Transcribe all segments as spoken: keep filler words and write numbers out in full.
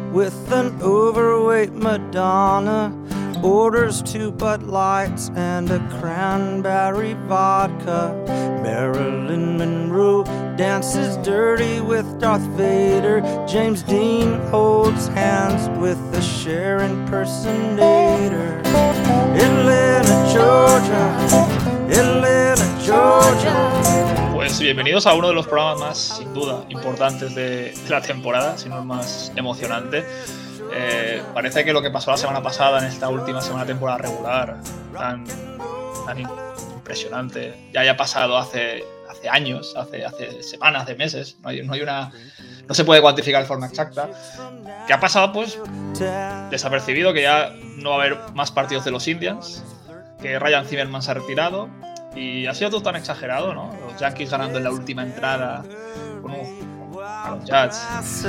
with an overweight Madonna, orders two Bud Lights and a cranberry vodka. Marilyn Monroe dances dirty with Darth Vader. James Dean holds hands with the Cher impersonator. Atlanta, Georgia, Atlanta, Georgia. Pues bienvenidos a uno de los programas más, sin duda, importantes de, de la temporada, si no el más emocionante. Eh, parece que lo que pasó la semana pasada en esta última semana de temporada regular, tan, tan impresionante, ya haya pasado hace, hace años, hace, hace semanas, hace meses, no hay, no hay una, no se puede cuantificar de forma exacta, que ha pasado pues desapercibido, que ya no va a haber más partidos de los Indians, que Ryan Zimmerman se ha retirado y ha sido todo tan exagerado, ¿no? Los Yankees ganando en la última entrada con un a los Jazz,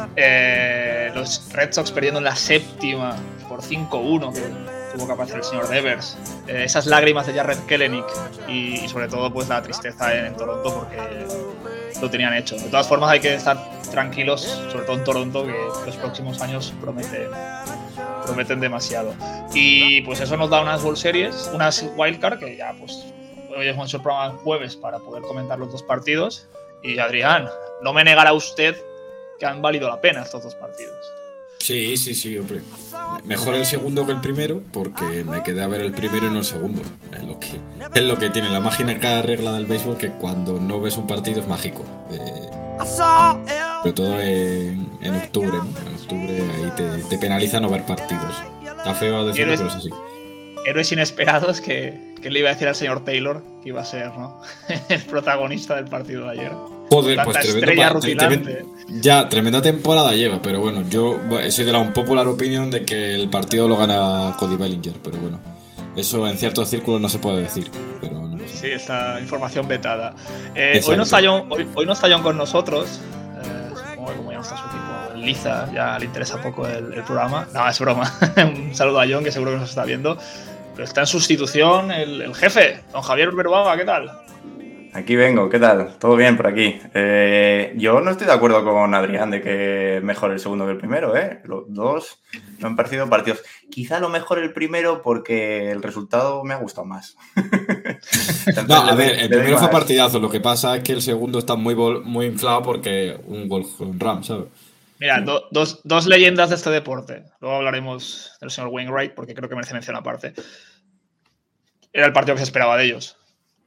eh, los Red Sox perdiendo en la séptima por cinco uno, que tuvo que aparecer el señor Devers, eh, esas lágrimas de Jarred Kelenic y, y sobre todo pues la tristeza en, en Toronto porque lo tenían hecho. De todas formas hay que estar tranquilos, sobre todo en Toronto, que los próximos años prometen, prometen demasiado. Y pues eso nos da unas World Series, unas wildcard, que ya pues hoy hemos hecho el programa el jueves para poder comentar los dos partidos. Y Adrián, no me negará usted que han valido la pena estos dos partidos. Sí, sí, sí, hombre. Mejor el segundo que el primero, porque me quedé a ver el primero y no el segundo. Es lo que, es lo que tiene la mágica regla del béisbol, que cuando no ves un partido es mágico. Eh, sobre todo en, en octubre, ¿no? En octubre ahí te, te penaliza no ver partidos. Está feo decirlo, héroes, pero es así. Héroes inesperados que, que le iba a decir al señor Taylor que iba a ser, ¿no? el protagonista del partido de ayer. Joder, Tanta pues estrella tremendo, rutilante. Tremendo, ya, tremenda temporada lleva, pero bueno, yo soy de la unpopular opinión de que el partido lo gana Cody Bellinger, pero bueno, eso en ciertos círculos no se puede decir, pero no sé. Sí, esta información vetada. Eh, hoy, no está John, hoy, hoy no está John con nosotros, eh, supongo que como ya no está su equipo, Liza, ya le interesa poco el, el programa. No, es broma. Un saludo a John, que seguro que nos está viendo. Pero está en sustitución el, el jefe, don Javier Urberuaga, ¿qué tal? Aquí vengo, ¿qué tal? ¿Todo bien por aquí? Eh, yo no estoy de acuerdo con Adrián de que mejor el segundo que el primero, ¿eh? Los dos me han parecido partidos. Quizá lo mejor el primero porque el resultado me ha gustado más. No, a ver, el primero fue partidazo. Lo que pasa es que el segundo está muy, muy inflado porque un gol con Ram, ¿sabes? Mira, do, dos, dos leyendas de este deporte. Luego hablaremos del señor Wainwright porque creo que merece mención aparte. Era el partido que se esperaba de ellos,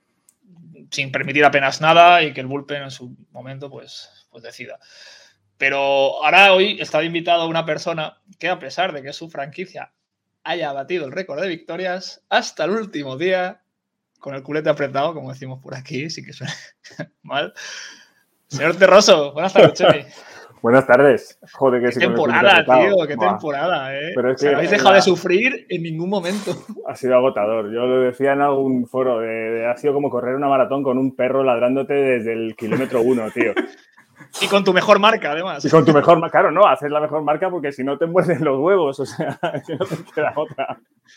sin permitir apenas nada y que el bullpen en su momento pues, pues decida. Pero ahora hoy está invitado una persona que, a pesar de que su franquicia haya batido el récord de victorias, hasta el último día, con el culete apretado, como decimos por aquí, sí que suena mal. Señor Terroso, buenas tardes, Chemi. Buenas tardes. Joder, que qué sí. Temporada, con el tío, qué Buah. temporada, eh. Pero es o sea, que no habéis dejado la... de sufrir en ningún momento. Ha sido agotador. Yo lo decía en algún foro, de, de, ha sido como correr una maratón con un perro ladrándote desde el kilómetro uno, tío. Y con tu mejor marca, además. Y con tu mejor marca, claro, no, haces la mejor marca porque si no te muerden los huevos, o sea, si no te queda otra.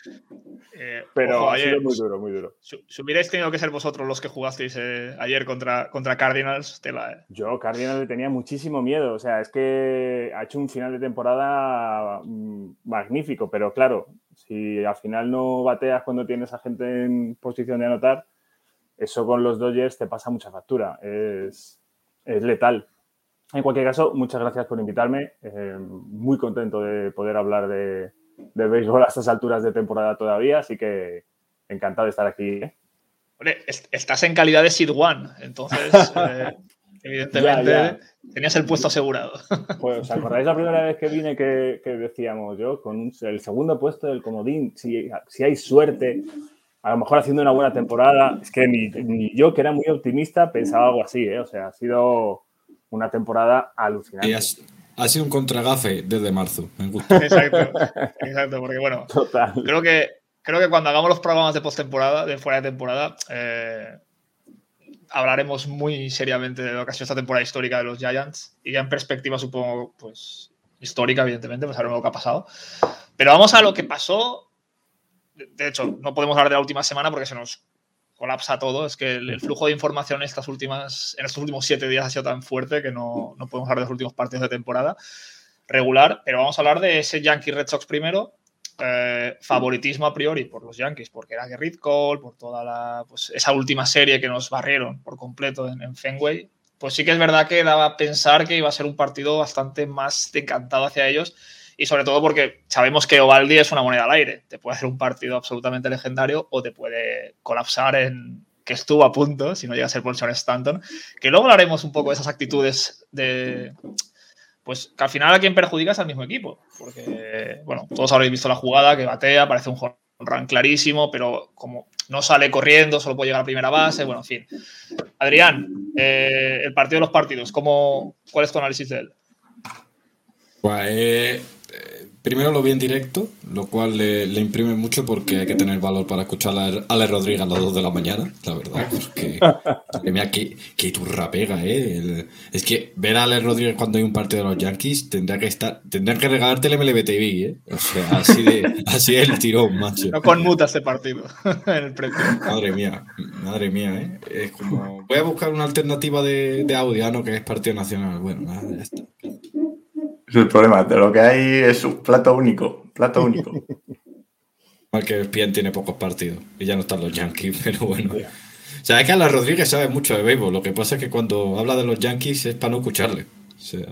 Eh, Pero ojo, ha ayer, sido muy duro, muy duro. Si, si hubierais tenido que ser vosotros los que jugasteis eh, ayer contra, contra Cardinals, tela, eh. Yo, Cardinals, le tenía muchísimo miedo. O sea, es que ha hecho un final de temporada mmm, magnífico, pero claro, si al final no bateas cuando tienes a gente en posición de anotar, eso con los Dodgers te pasa mucha factura. Es, es letal. En cualquier caso, muchas gracias por invitarme. Eh, muy contento de poder hablar de, de béisbol a estas alturas de temporada todavía, así que encantado de estar aquí, ¿eh? Hombre, estás en calidad de Seed One, entonces eh, evidentemente ya, ya. tenías el puesto asegurado. Pues, ¿os acordáis la primera vez que vine que, que decíamos yo, con un, el segundo puesto del comodín, si, si hay suerte, a lo mejor haciendo una buena temporada? Es que ni, ni yo, que era muy optimista, pensaba algo así, ¿eh? O sea, ha sido una temporada alucinante. Y has, ha sido un contragafe desde marzo. Me gusta. Exacto, exacto, porque bueno, Total. creo que creo que cuando hagamos los programas de postemporada, de fuera de temporada, eh, hablaremos muy seriamente de lo que ha sido esta temporada histórica de los Giants y ya en perspectiva, supongo, pues histórica, evidentemente, pues sabremos lo que ha pasado. Pero vamos a lo que pasó. De hecho, no podemos hablar de la última semana porque se nos colapsa todo. Es que el, el flujo de información en, estas últimas, en estos últimos siete días ha sido tan fuerte que no, no podemos hablar de los últimos partidos de temporada. regular, pero vamos a hablar de ese Yankees Red Sox primero. Eh, favoritismo a priori por los Yankees, porque era Gerrit Cole, por toda la, pues, esa última serie que nos barrieron por completo en, en Fenway. Pues sí que es verdad que daba a pensar que iba a ser un partido bastante más decantado hacia ellos, y sobre todo porque sabemos que Eovaldi es una moneda al aire. Te puede hacer un partido absolutamente legendario o te puede colapsar en que estuvo a punto, si no llega a ser por John Stanton, que luego hablaremos un poco de esas actitudes de... Pues que al final a quien perjudica es al mismo equipo, porque, bueno, todos habréis visto la jugada, que batea, parece un home run clarísimo, pero como no sale corriendo, solo puede llegar a primera base, bueno, en fin. Adrián, eh, el partido de los partidos, ¿cómo, ¿cuál es tu análisis de él? Pues, eh, eh, primero lo vi en directo, lo cual le, le imprime mucho porque hay que tener valor para escuchar a Ale Rodríguez a las dos de la mañana, la verdad, porque mira qué, qué turra pega, ¿eh? El, es que ver a Ale Rodríguez cuando hay un partido de los Yankees tendría que estar, tendrían que regalarte el M L B T V, ¿eh? O sea, así de, así el tirón, macho. No conmuta este partido en el precio. Madre mía, madre mía, ¿eh? Es como, voy a buscar una alternativa de, de audio, ¿no? Que es partido nacional. Bueno, nada, ya está. Es el problema, de lo que hay es un plato único, plato único. Mal que Spien tiene pocos partidos y ya no están los Yankees, pero bueno. O sea, es que Ale Rodríguez sabe mucho de béisbol, lo que pasa es que cuando habla de los Yankees es para no escucharle. O sea...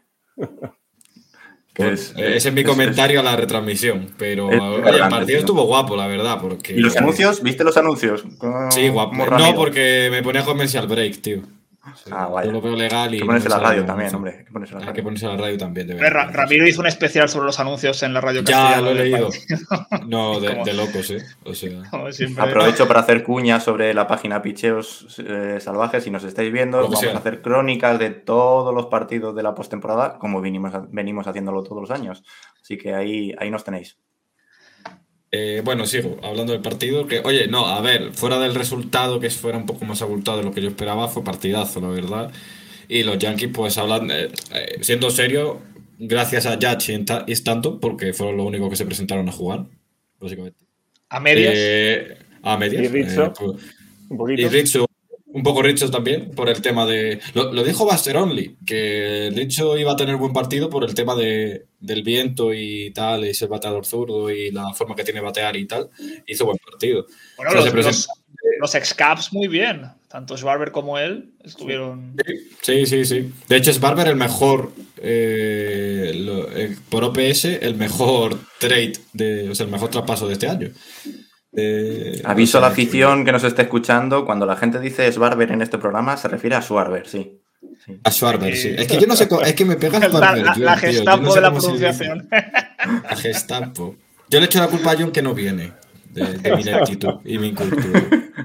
Pues, es, ese es mi comentario es, a la retransmisión, pero es, oye, el partido estuvo guapo, la verdad. Porque, ¿Y los anuncios? ¿Viste los anuncios? Sí, guapo. No, porque me ponía comercial break, tío. Sí, ah, vaya. Yo lo veo legal y... Hay que ponerse no la radio no, también, no, hombre. Hay que ponerse la radio, hay que ponerse la radio también. Ra Ra Ramiro hizo un especial sobre los anuncios en la radio castellana. Ya, lo he leído. No, de, de locos, ¿eh? O sea... Aprovecho para hacer cuñas sobre la página Picheos eh, Salvajes. Si nos estáis viendo, vamos sea. a hacer crónicas de todos los partidos de la postemporada, como venimos, venimos haciéndolo todos los años. Así que ahí, ahí nos tenéis. Eh, bueno, sigo hablando del partido. Que, oye, no, a ver, fuera del resultado, que fuera un poco más abultado de lo que yo esperaba, fue partidazo, la verdad. Y los Yankees, pues hablan, eh, eh, siendo serio, gracias a Judge y Stanton, porque fueron los únicos que se presentaron a jugar, básicamente. ¿A medias? Eh, a medias. Y Rizzo, eh, pues, un poquito. Y Rizzo, un poco Rizzo también, por el tema de... Lo, lo dijo Buster Only, que Rizzo iba a tener buen partido por el tema de, del viento y tal, y ser bateador zurdo y la forma que tiene batear y tal. Hizo buen partido. Bueno, o sea, los, presenta... los, los ex-caps muy bien. Tanto Schwarber como él estuvieron... Sí, sí, sí. De hecho, Schwarber el mejor, eh, lo, eh, por O P S, el mejor trade, de, o sea, el mejor traspaso de este año. Eh, Aviso o sea, a la afición que nos esté escuchando, cuando la gente dice Schwarber en este programa, se refiere a Schwarber, sí. sí. A Schwarber, sí. Es que yo no sé cómo, es que me pega el La, la, la Gestapo no sé de la pronunciación. La Gestapo. Yo le echo la culpa a John que no viene de, de mi ineptitud y mi incultura.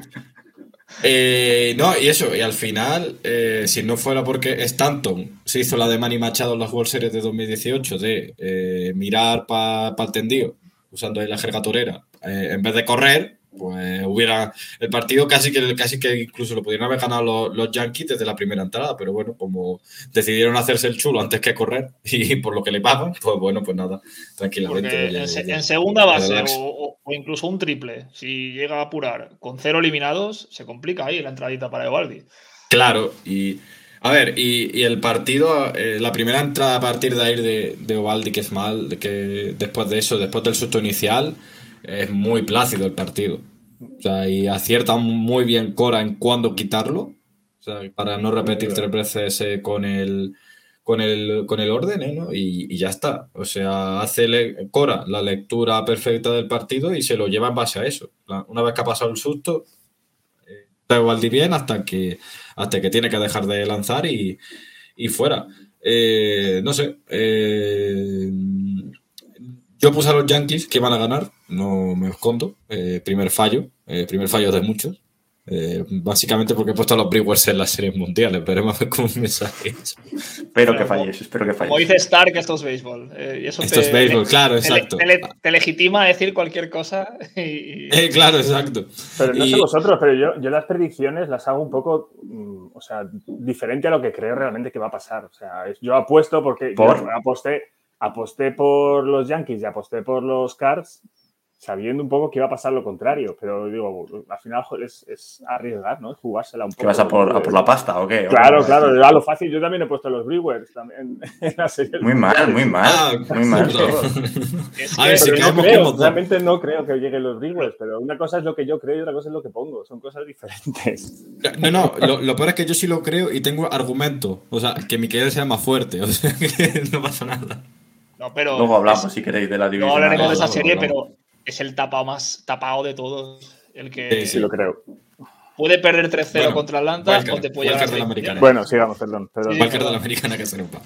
Eh, no, y eso, y al final, eh, si no fuera porque Stanton se hizo la de Manny Machado en las World Series de dos mil dieciocho de eh, mirar para pa el tendido, usando ahí la jerga torera, eh, en vez de correr, pues hubiera el partido casi que casi que incluso lo pudieran haber ganado los, los Yankees desde la primera entrada, pero bueno, como decidieron hacerse el chulo antes que correr y por lo que le pagan, pues bueno, pues nada, tranquilamente. En, ya, en segunda base o, o incluso un triple, si llega a apurar con cero eliminados, se complica ahí la entradita para Eovaldi. Claro, y a ver, y, y el partido, eh, la primera entrada a partir de ahí de, de Eovaldi, que es mal, de que después de eso, después del susto inicial, es muy plácido el partido. O sea, y acierta muy bien Cora en cuándo quitarlo. O sea, para no repetir tres veces eh, con el con el con el orden, ¿eh? ¿no? Y, y ya está. O sea, hace le, Cora la lectura perfecta del partido y se lo lleva en base a eso. Una vez que ha pasado el susto, eh, está Eovaldi bien hasta que hasta que tiene que dejar de lanzar y, y fuera. Eh, no sé. Eh, Yo puse a los Yankees que iban a ganar, no me escondo. Eh, primer fallo, eh, primer fallo de muchos. Eh, básicamente porque he puesto a los Brewers en las series mundiales. Veremos a ver cómo me sale eso. Espero que falles, espero que falles. Como dice Stark, esto es béisbol. Eh, y eso esto te, es béisbol, claro, exacto. Te, te, te legitima a decir cualquier cosa. Y... Eh, claro, exacto. Pero no y... sé vosotros, pero yo, yo las predicciones las hago un poco, mm, o sea, diferente a lo que creo realmente que va a pasar. O sea, yo apuesto porque ¿Por? yo aposté... Aposté por los Yankees y aposté por los Cards sabiendo un poco que iba a pasar lo contrario. Pero digo, al final es, es arriesgar, ¿no? Es jugársela un poco. ¿Qué vas a por, a por la pasta o qué? Claro, claro, a lo fácil. Yo también he puesto los Brewers también en la serie. Muy mal, muy mal, Ah, muy mal. Es A ver, si Pero no quedamos creo, como dos. realmente no creo que lleguen los Brewers, pero una cosa es lo que yo creo y otra cosa es lo que pongo. Son cosas diferentes. No, no, lo, lo peor es que yo sí lo creo y tengo argumento. O sea, que Miquel sea más fuerte. O sea, que no pasa nada. No, pero Luego hablamos, es- si queréis, de la división. luego hablaremos de esa hablamos, serie, hablamos. pero es el tapado más tapado de todos. El que Sí, Sí, lo creo. puede perder tres cero Bueno, contra Atlanta wildcard, o te puede llevar a wildcard de la seis americana. mundiales. Bueno, sigamos, perdón. perdón. Sí, Cualquier de la americana que se rompa.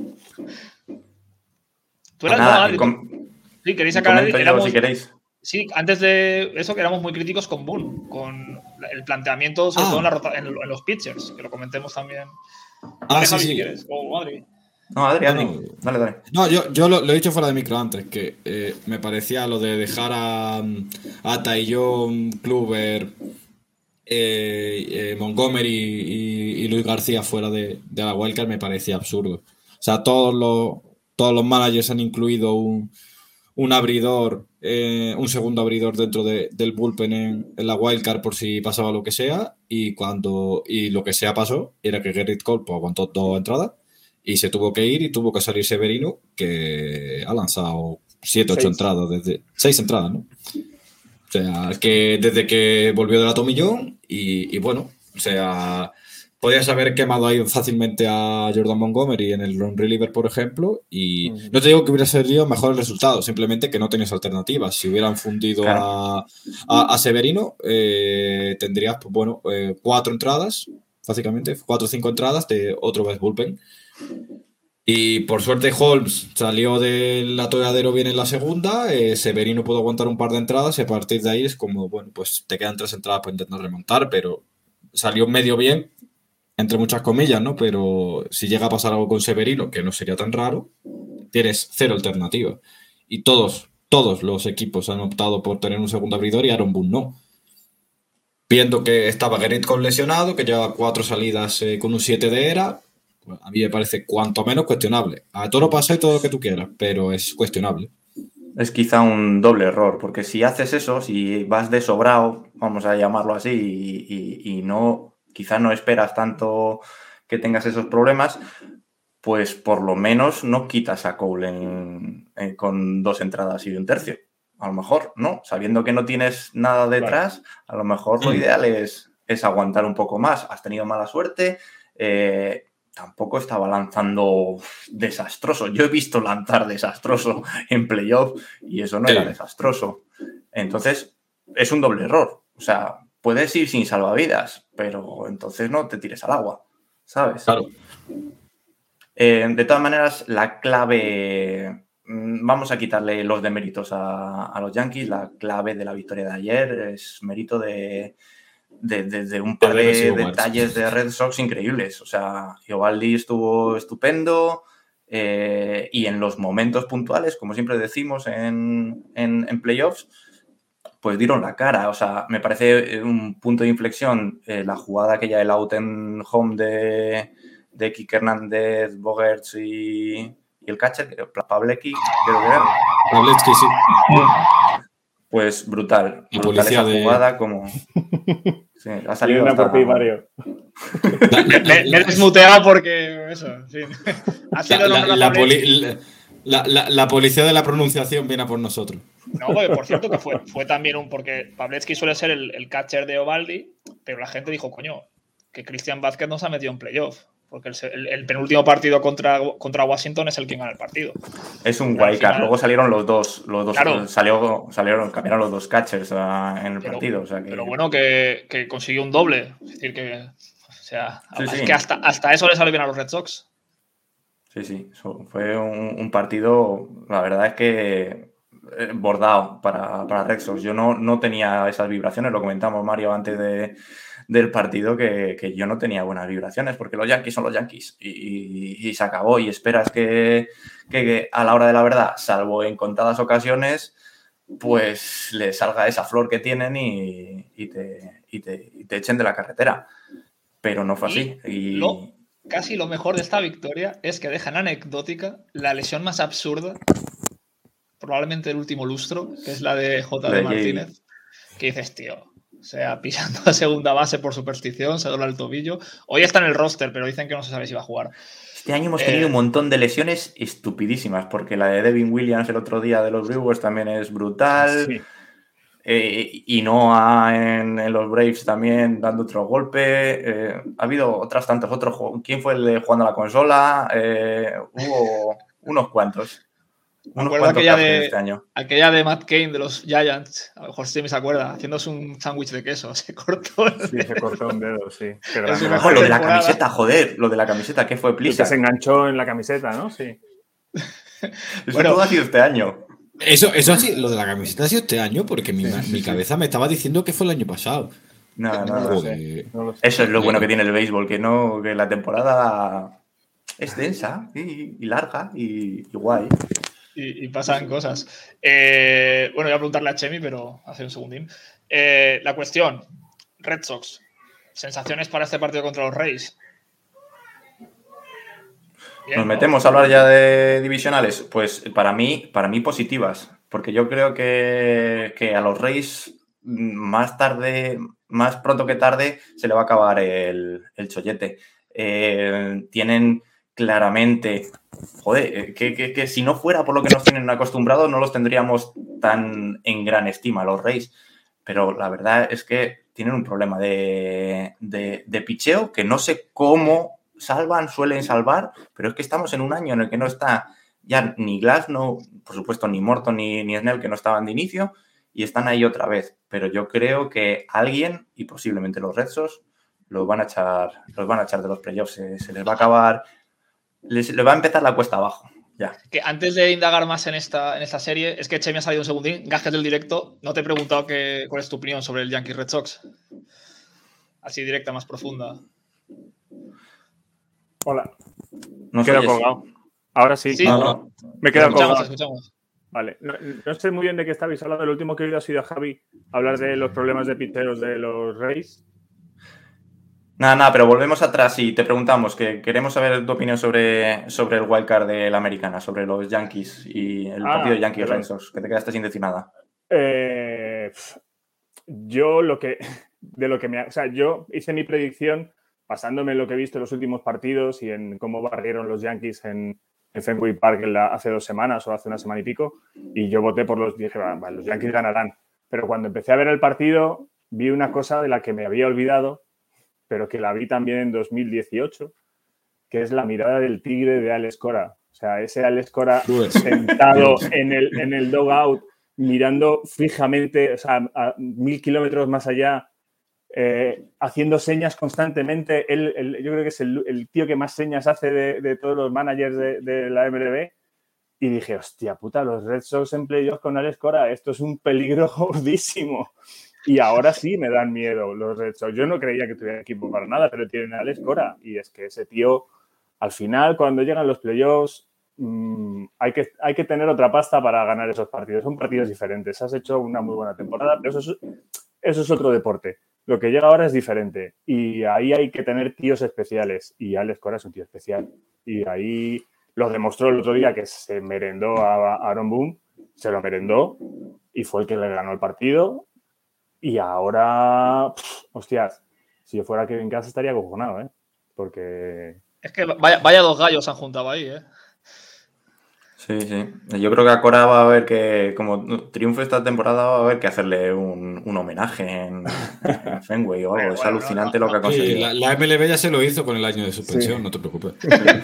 Tú eras Nada, no, Adri, com- tú- sí, queréis sacar a Adri, comento yo, éramos- si queréis. Sí, antes de eso que éramos muy críticos con Boone, con el planteamiento, sobre Ah. todo en, la rota- en, en los pitchers, que lo comentemos también. Ah, Dale, sí, Javi, sí. si quieres. O Adri. No, Adri, Adri. No, no. Dale, dale. No, yo, yo lo, lo he dicho fuera de micro antes, que eh, me parecía lo de dejar a, a Taillon, Kluber, eh, eh, Montgomery y, y Luis García fuera de, de la wildcard me parecía absurdo. O sea, todos los, todos los managers han incluido un, un abridor, eh, un segundo abridor dentro de, del bullpen en, en la wildcard por si pasaba lo que sea, y cuando y lo que sea pasó, era que Gerrit Cole pues, aguantó dos entradas y se tuvo que ir y tuvo que salir Severino, que ha lanzado siete, ocho Seis. entradas desde. Seis entradas, ¿no? O sea, que desde que volvió de la tomillón y, y bueno, o sea, podías haber quemado ahí fácilmente a Jordan Montgomery en el long reliever, por ejemplo, y Ujú. no te digo que hubiera salido mejor el resultado, simplemente que no tenías alternativas. Si hubieran fundido Claro. a, a, a Severino, eh, tendrías, pues, bueno, eh, cuatro entradas, básicamente, cuatro o cinco entradas de otro best bullpen. Y por suerte Holmes salió del atolladero bien en la segunda, eh, Severino pudo aguantar un par de entradas y a partir de ahí es como, bueno, pues te quedan tres entradas para intentar remontar, pero salió medio bien, entre muchas comillas, ¿no? Pero si llega a pasar algo con Severino, que no sería tan raro, tienes cero alternativa. Y todos, todos los equipos han optado por tener un segundo abridor y Aaron Boone no. Viendo que estaba Gerrit Cole lesionado, que lleva cuatro salidas eh, con un siete de era, pues a mí me parece cuanto menos cuestionable. A todo lo pasa y todo lo que tú quieras, pero es cuestionable. Es quizá un doble error, porque si haces eso, si vas de sobrado, vamos a llamarlo así, y, y- y no, quizá no esperas tanto que tengas esos problemas, pues por lo menos no quitas a Cole en- en- con dos entradas y un tercio. A lo mejor, ¿no? Sabiendo que no tienes nada detrás, a lo mejor lo Mm. ideal es, es aguantar un poco más. Has tenido mala suerte, eh, tampoco estaba lanzando desastroso. Yo he visto lanzar desastroso en playoff y eso no Sí. era desastroso. Entonces, es un doble error. O sea, puedes ir sin salvavidas, pero entonces no te tires al agua, ¿sabes? Claro. Eh, de todas maneras, la clave... mm, Vamos a quitarle los deméritos a, a los Yankees. La clave de la victoria de ayer es mérito de, de, de- de un par De Devers y de Howard. detalles de Red Sox increíbles. O sea, Eovaldi estuvo estupendo eh, y en los momentos puntuales, como siempre decimos en, en, en playoffs, pues dieron la cara. O sea, me parece un punto de inflexión eh, la jugada aquella del out en home de, de Kike Hernández, Bogerts y, y el catcher, que- Pavlecki, creo que era. Pavletsky, sí. Pues brutal. La brutal policía esa de- jugada como... Sí, ha Tiene salido una hasta... por ti, Mario. La, Me, me- me he desmuteado porque eso, en fin. Ha sido la- la- nombrado la Pavletsky. poli- la- la- la policía de la pronunciación viene a por nosotros. No, porque, por cierto, que fue, fue también un. Porque Pavletsky suele ser el, el catcher de Eovaldi, pero la gente dijo, coño, que Christian Vázquez no se ha metido en playoff. Porque el, el- el penúltimo partido contra, contra Washington es el que gana el partido. Es un Pero al wildcard. final- Luego salieron los dos. Los dos Claro. salió, salieron, cambiaron los dos catchers ah, en el Pero, partido. O sea que... pero bueno, que, que consiguió un doble. Es decir, que. O sea, Sí, es sí. que hasta, hasta eso le sale bien a los Red Sox. Sí, sí, eso fue un, un partido, la verdad es que eh, bordado para, para Red Sox. Yo no, no tenía esas vibraciones, lo comentamos Mario antes de, del partido, que, que yo no tenía buenas vibraciones, porque los Yankees son los Yankees y, y- y se acabó. Y esperas que, que- que a la hora de la verdad, salvo en contadas ocasiones, pues le salga esa flor que tienen y, y te, y te- y te echen de la carretera. Pero no fue así. Y, Lo- casi lo mejor de esta victoria es que dejan anecdótica la lesión más absurda probablemente el último lustro, que es la de J D De Martínez, Jay. que dices, tío, o sea, pisando a segunda base por superstición, se dobla el tobillo. Hoy está en el roster, pero dicen que no se sabe si va a jugar. Este año hemos tenido Eh, un montón de lesiones estupidísimas, porque la de Devin Williams el otro día de los Brewers también es brutal. Sí. Eh, y Noah en, en los Braves también dando otro golpe. Eh, ha habido otras tantas. Otros, ¿quién fue el de jugando a la consola? Eh, hubo unos cuantos. Me Unos acuerdo cuantos aquella casos de, este año. aquella de Matt Cain de los Giants, a lo mejor sí me se acuerda, haciéndose un sándwich de queso, se cortó el Sí, se cortó un dedo, sí. Qué Es grande. su Oh, mejor lo de la temporada. camiseta, joder, lo de la camiseta, ¿qué fue El que Plisak? se enganchó en la camiseta, ¿no? Sí. Eso Bueno. todo ha sido este año. Eso, eso así, lo de la camiseta ha sido este año porque mi, Sí, ma- sí, mi sí. cabeza me estaba diciendo que fue el año pasado. Nada, No nada. lo Joder. sé. No lo sé. Eso es lo bueno que tiene el béisbol, que no, que la temporada es densa y, y larga y, y guay. Y, y pasan cosas. Eh, bueno, voy a preguntarle a Chemi, pero hace un segundín. Eh, la cuestión, Red Sox, sensaciones para este partido contra los Rays. Bien, Nos ¿no? metemos a hablar ya de divisionales. Pues para mí, para mí positivas, porque yo creo que, que a los Rays más tarde, más pronto que tarde, se le va a acabar el, el chollete. Eh, tienen claramente, joder, que, que, que si no fuera por lo que nos tienen acostumbrados, no los tendríamos tan en gran estima los Rays. Pero la verdad es que tienen un problema de, de, de picheo que no sé cómo salvan, suelen salvar, pero es que estamos en un año en el que no está ya ni Glasnow, por supuesto ni Morton ni, ni Snell, que no estaban de inicio, y están ahí otra vez. Pero yo creo que alguien, y posiblemente los Red Sox, los van a echar, los van a echar de los playoffs. Se, se les va a acabar, les, les va a empezar la cuesta abajo. Ya. Que antes de indagar más en esta, en esta serie, es que Chemi ha salido un segundín, gajes del directo, no te he preguntado que, cuál es tu opinión sobre el Yankees Red Sox. Así directa, más profunda. Hola. No Me he quedado oyes. colgado. Ahora sí. Sí, No, no, no. Me he quedado escuchamos, colgado. escuchamos. Vale. No, no sé muy bien de qué estabais hablando. Lo último que he oído ha sido a Javi hablar de los problemas de pitcheros de los Rays. Nada, nada, pero volvemos atrás y te preguntamos que queremos saber tu opinión sobre, sobre el wildcard de la americana, sobre los Yankees y el Ah, partido de Yankees perdón. Red Sox, que te quedaste sin decir nada. Eh, pf, yo lo que de lo que me, o sea, yo hice mi predicción basándome en lo que he visto en los últimos partidos y en cómo barrieron los Yankees en, en Fenway Park en la, hace dos semanas o hace una semana y pico, y yo voté por los, dije, va, va, los Yankees ganarán. Pero cuando empecé a ver el partido, vi una cosa de la que me había olvidado, pero que la vi también en dos mil dieciocho, que es la mirada del tigre de Alex Cora. O sea, ese Alex Cora Cruel. sentado en el, en el dugout, mirando fijamente, o sea, a mil kilómetros más allá, eh, haciendo señas constantemente. Él, él, yo creo que es el, el tío que más señas hace de, de todos los managers de, de la M L B. Y dije, hostia puta, los Red Sox en playoff con Alex Cora, esto es un peligro gordísimo. Y ahora sí me dan miedo los Red Sox. Yo no creía que tuviera equipo para nada, pero tienen a Alex Cora. Y es que ese tío, al final, cuando llegan los playoffs, mmm, hay, que, hay que tener otra pasta para ganar esos partidos. Son partidos diferentes. Has hecho una muy buena temporada, pero eso es, eso es otro deporte. Lo que llega ahora es diferente. Y ahí hay que tener tíos especiales. Y Alex Cora es un tío especial. Y ahí lo demostró el otro día que se merendó a Aaron Boone. Se lo merendó y fue el que le ganó el partido. Y ahora, pff, hostias, si yo fuera Kevin Cass estaría acojonado, ¿eh? Porque... Es que vaya, vaya dos gallos se han juntado ahí, ¿eh? Sí, sí. Yo creo que a Cora va a haber que, como triunfo esta temporada, va a haber que hacerle un, un homenaje en, en Fenway o algo. Bueno, es bueno, alucinante no, lo que ha Sí, conseguido. la, la M L B ya se lo hizo con el año de suspensión, Sí. no te preocupes.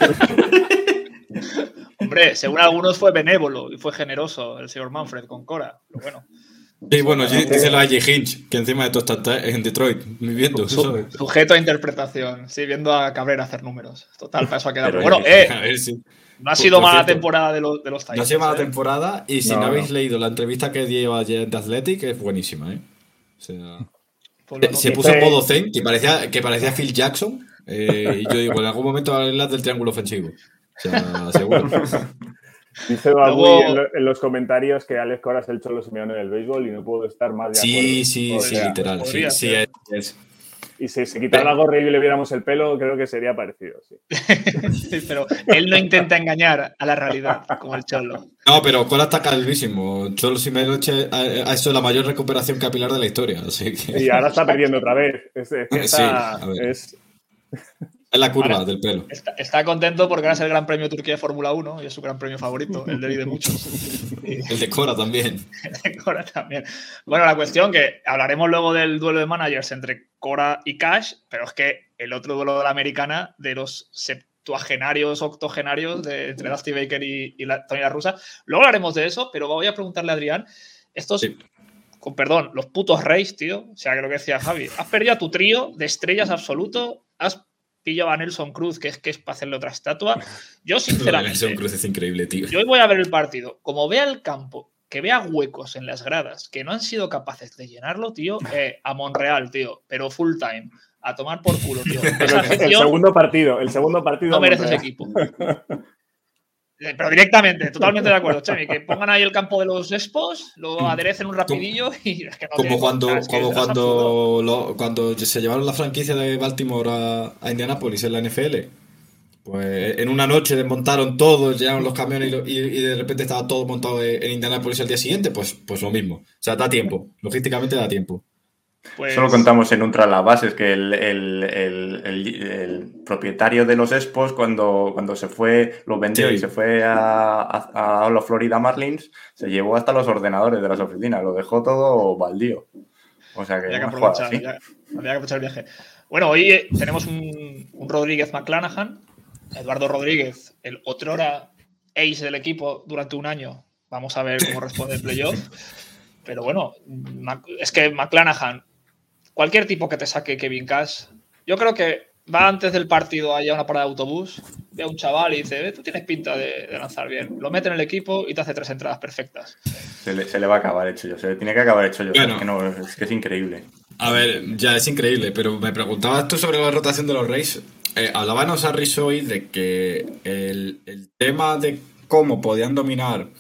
Hombre, según algunos fue benévolo y fue generoso el señor Manfred con Cora. Pero bueno, Sí, bueno, díselo a Jay Hinch, que encima de todo está en Detroit, viviendo. su- ¿sabes? sujeto a interpretación. Sí, viendo a Cabrera hacer números. Total, para eso ha quedado. Pero Pero bueno, es eh, A ver si. no ha sido por mala cierto, temporada de los, de los No Tigers. se llama la ¿eh? temporada y si No, no, habéis no. leído la entrevista que dio ayer de Athletic, es buenísima, ¿eh? O sea, Pues lo se noto. puso Ese- modo zen, que parecía, que parecía Phil Jackson, eh, y yo digo, en algún momento hablas del triángulo ofensivo. O sea, seguro. Dice Bagui Luego- en, lo- en los comentarios que Alex Cora es el Cholo Simeone del béisbol y no puedo estar más de acuerdo. Sí, sí, O sí, sea, literal. Sí, podría sí, ser. es, es. y si se quitara la gorra y le viéramos el pelo, creo que sería parecido, sí. Sí, pero él no intenta engañar a la realidad, como el Cholo. No, pero Cora está calvísimo. Cholo Simeone ha hecho la mayor recuperación capilar de la historia, así que... Y ahora está perdiendo otra vez. Es, es, que está, sí, es... es la curva ahora, del pelo. Está, está contento porque ahora es el Gran Premio de Turquía de Fórmula uno y es su gran premio favorito, el de, de muchos. Y... el de Cora también. El de Cora también. Bueno, la cuestión que hablaremos luego del duelo de managers entre Cora y Cash, pero es que el otro duelo de la americana de los septuagenarios, octogenarios de, entre Dusty Baker y, y la, Tony La Russa. Luego hablaremos de eso, pero voy a preguntarle a Adrián, estos... Sí. Con perdón, los putos Rays, tío. O sea, que lo que decía Javi. Has perdido a tu trío de estrellas absoluto. Has pillado a Nelson Cruz, que es que es para hacerle otra estatua. Yo, sinceramente. Nelson Cruz es increíble, tío. Yo voy a ver el partido. Como vea el campo, que vea huecos en las gradas, que no han sido capaces de llenarlo, tío, eh, a Monreal, tío. Pero full time. A tomar por culo, tío. Esa afición, el segundo partido. El segundo partido. No merece ese equipo. Pero directamente, totalmente de acuerdo, Chemi, que pongan ahí el campo de los Expos, lo aderecen un rapidillo y es que no como cuando, es que como cuando, lo, cuando se llevaron la franquicia de Baltimore a, a Indianapolis en la N F L. Pues en una noche desmontaron todo, llegaron los camiones y, lo, y, y de repente estaba todo montado en Indianapolis al día siguiente, pues, pues lo mismo. O sea, da tiempo, logísticamente da tiempo. Pues... Solo contamos en un tras las bases que el, el, el, el, el propietario de los Expos, cuando, cuando se fue, los vendió sí. y se fue a, a, a los Florida Marlins, se llevó hasta los ordenadores de las oficinas, lo dejó todo baldío. O sea que, había que aprovechar, ¿sí? había, había que aprovechar el viaje. Bueno, hoy tenemos un, un Rodríguez McClanahan, Eduardo Rodríguez, el otrora ace del equipo durante un año. Vamos a ver cómo responde el playoff. Pero bueno, es que McClanahan, cualquier tipo que te saque Kevin Cash, yo creo que va antes del partido allá a una parada de autobús, ve a un chaval y dice, tú tienes pinta de, de lanzar bien. Lo mete en el equipo y te hace tres entradas perfectas. Se le, se le va a acabar hecho yo, se le tiene que acabar hecho yo. Bueno, es, que no, es que es increíble. A ver, ya es increíble, pero me preguntabas tú sobre la rotación de los Rays. Eh, hablábamos a Riz hoy de que el, el tema de cómo podían dominar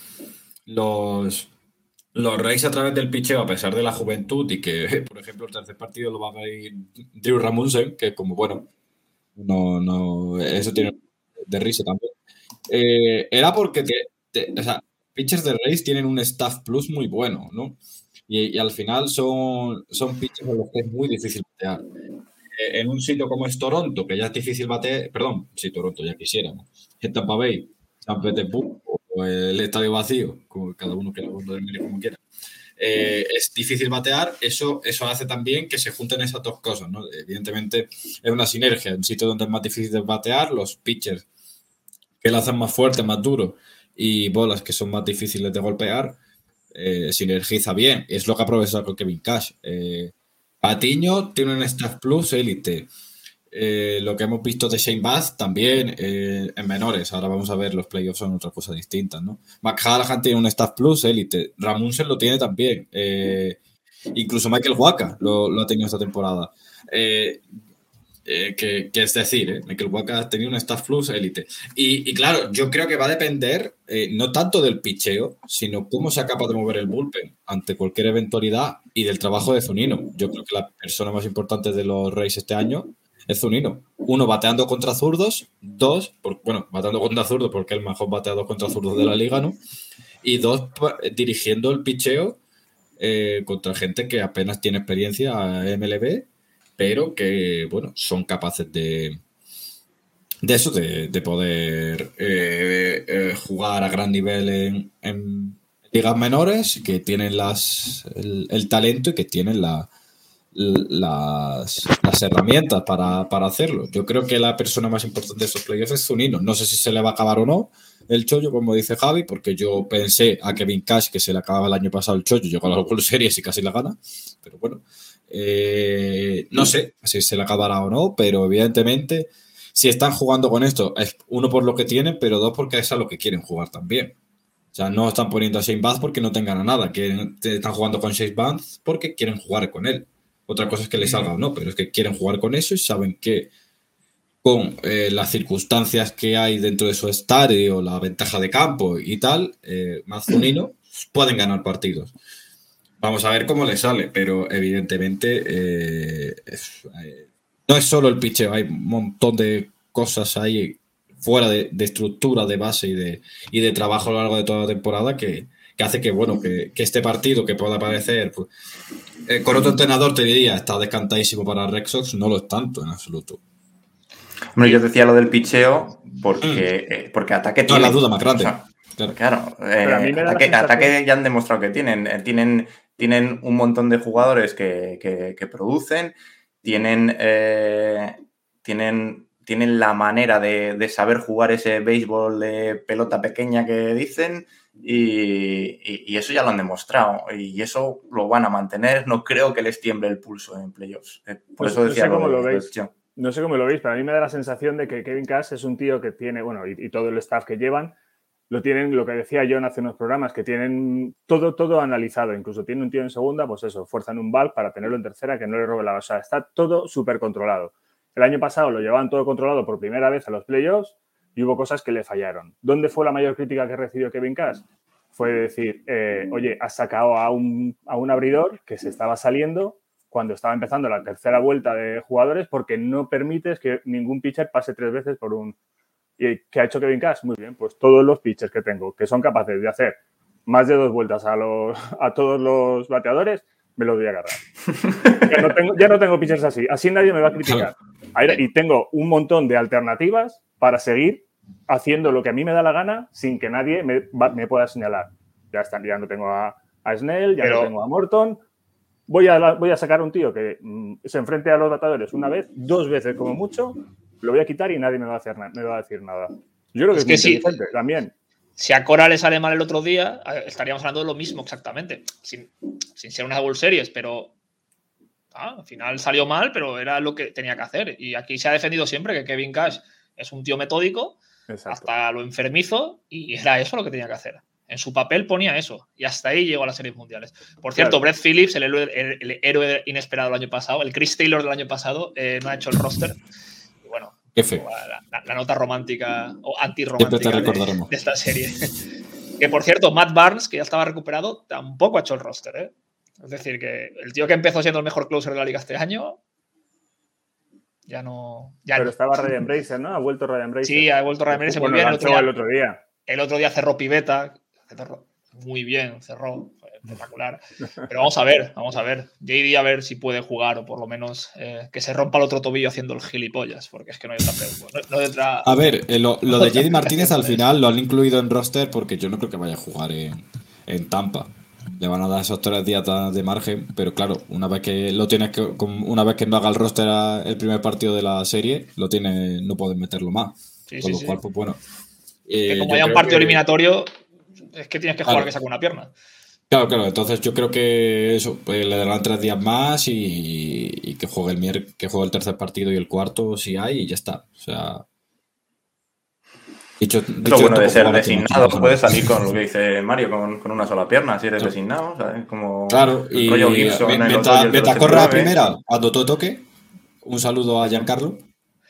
los... los Rays a través del picheo a pesar de la juventud y que, por ejemplo, el tercer partido lo va a ir Drew Rasmussen, que como, bueno, no, no, eso tiene de risa también. Eh, era porque, te, te, o sea, pitchers de Rays tienen un staff plus muy bueno, ¿no? Y, y al final son, son pitchers a los que es muy difícil batear. Eh, en un sitio como es Toronto, que ya es difícil batear, perdón, sí, Toronto, ya quisiéramos, en Tampa Bay, San Petersburgo, el estadio vacío, como cada uno que lo mire como quiera, eh, es difícil batear, eso, eso hace también que se junten esas dos cosas, ¿no? Evidentemente es una sinergia, un sitio donde es más difícil batear, los pitchers que lo hacen más fuerte, más duro, y bolas que son más difíciles de golpear, eh, sinergiza bien, es lo que aprovecha con Kevin Cash. Eh, Patiño tiene un staff plus élite. Eh, lo que hemos visto de Shane Bass también eh, en menores. Ahora vamos a ver, los playoffs son otra cosa distinta, ¿no? McClanahan tiene un staff plus élite. Rasmussen lo tiene también. Eh, incluso Michael Wacha lo, lo ha tenido esta temporada. Eh, eh, que, que es decir, eh, Michael Wacha ha tenido un staff plus élite. Y, y claro, yo creo que va a depender eh, no tanto del picheo, sino cómo sea capaz de mover el bullpen ante cualquier eventualidad y del trabajo de Zunino. Yo creo que la persona más importante de los Rays este año es Zunino. Uno, bateando contra zurdos. Dos, por, bueno, bateando contra zurdos porque es el mejor bateador contra zurdos de la liga, ¿no? Y dos, dirigiendo el picheo eh, contra gente que apenas tiene experiencia a M L B, pero que, bueno, son capaces de de eso, de, de poder eh, eh, jugar a gran nivel en, en ligas menores, que tienen las el, el talento y que tienen la Las, las herramientas para, para hacerlo. Yo creo que la persona más importante de estos playoffs es Zunino. No sé si se le va a acabar o no el chollo, como dice Javi, porque yo pensé a Kevin Cash que se le acababa el año pasado el chollo, llegó a la World Series y casi la gana, pero bueno, eh, no sé si se le acabará o no, pero evidentemente si están jugando con esto, es uno por lo que tienen, pero dos porque es a lo que quieren jugar también. O sea, no están poniendo a Shane Bass porque no tengan a nada, que están jugando con Shane Bass porque quieren jugar con él. Otra cosa es que les salga o no, pero es que quieren jugar con eso y saben que con eh, las circunstancias que hay dentro de su estadio, la ventaja de campo y tal, eh, más Zunino, pueden ganar partidos. Vamos a ver cómo le sale, pero evidentemente eh, es, eh, no es solo el picheo, hay un montón de cosas ahí fuera de, de estructura, de base y de, y de trabajo a lo largo de toda la temporada que, que hace que, bueno, que, que este partido que pueda parecer, pues, eh, con otro entrenador te diría, está descantadísimo para Red Sox, no lo es tanto en absoluto. Hombre, yo decía lo del picheo porque, mm. eh, porque ataque no tiene. No es la duda más grande. O sea, claro, claro eh, ataque, ataque ya han demostrado que tienen. Eh, tienen, tienen un montón de jugadores que, que, que producen, tienen, eh, tienen, tienen la manera de, de saber jugar ese béisbol de pelota pequeña que dicen y, y, y eso ya lo han demostrado y eso lo van a mantener. No creo que les tiemble el pulso en playoffs. Eh, por pues eso decía no sé cómo lo, lo de, veis. De No sé cómo lo veis, pero a mí me da la sensación de que Kevin Cash es un tío que tiene, bueno, y, y todo el staff que llevan, lo tienen, lo que decía John hace unos programas, que tienen todo, todo analizado. Incluso tiene un tío en segunda, pues eso, fuerzan un valve para tenerlo en tercera, que no le robe la base. O sea, está todo súper controlado. El año pasado lo llevaban todo controlado por primera vez a los playoffs y hubo cosas que le fallaron. ¿Dónde fue la mayor crítica que recibió Kevin Cash? Fue decir, eh, oye, has sacado a un, a un abridor que se estaba saliendo cuando estaba empezando la tercera vuelta de jugadores porque no permites que ningún pitcher pase tres veces por un... ¿Y qué ha hecho Kevin Cash? Muy bien, pues todos los pitchers que tengo que son capaces de hacer más de dos vueltas a, los, a todos los bateadores, me los voy a agarrar. Ya no tengo, ya no tengo pitchers así. Así nadie me va a criticar. Y tengo un montón de alternativas para seguir haciendo lo que a mí me da la gana sin que nadie me, me pueda señalar. Ya están, ya no tengo a, a Snell, ya Pero... no tengo a Morton... Voy a, voy a sacar a un tío que mmm, se enfrente a los bateadores una vez, dos veces como mucho, lo voy a quitar y nadie me va a, hacer na- me va a decir nada. Yo creo que es, es que muy inteligente sí. También. Si a Cora le sale mal el otro día, estaríamos hablando de lo mismo exactamente, sin, sin ser una World Series, pero ah, al final salió mal, pero era lo que tenía que hacer. Y aquí se ha defendido siempre que Kevin Cash es un tío metódico, Exacto. hasta lo enfermizo, y era eso lo que tenía que hacer. En su papel ponía eso. Y hasta ahí llegó a las series mundiales. Por cierto, claro. Brett Phillips, el héroe, el, el héroe inesperado del año pasado, el Chris Taylor del año pasado, eh, no ha hecho el roster. Y bueno, la, la, la nota romántica o antirromántica de, de esta serie. Que por cierto, Matt Barnes, que ya estaba recuperado, tampoco ha hecho el roster. ¿eh? Es decir, que el tío que empezó siendo el mejor closer de la liga este año, ya no... Ya Pero no. estaba Ryan Bracer, ¿no? Ha vuelto Ryan Bracer. Sí, ha vuelto Ryan Bracer. Bueno, muy bien. El otro, día, el otro día. El otro día cerró Pivetta. Cerró muy bien, cerró, espectacular. Pero vamos a ver, vamos a ver. J D a ver si puede jugar o por lo menos eh, que se rompa el otro tobillo haciendo el gilipollas, porque es que no hay otra pregunta. No, no hay otra... A ver, eh, lo, lo de J D Martínez al final lo han incluido en roster porque yo no creo que vaya a jugar en, en Tampa. Le van a dar esos tres días de margen, pero claro, una vez que lo tienes que, una vez que no haga el roster el primer partido de la serie, lo tiene, no pueden meterlo más. Sí, Con sí, lo sí. cual, pues bueno. Eh, que como haya un partido que... eliminatorio, es que tienes que jugar claro. que saque una pierna. Claro, claro. Entonces yo creo que eso, pues le darán tres días más y, y que juegue el mier- que juegue el tercer partido y el cuarto si hay y ya está. O sea. Dicho, dicho lo bueno de ser jugar, designado, no puedes salir con lo que dice Mario, con, con una sola pierna, si eres claro. designado, ¿sabes? Como claro, y rollo Gibson, mientras, mientras corra la primera, cuando todo toque, un saludo a Giancarlo.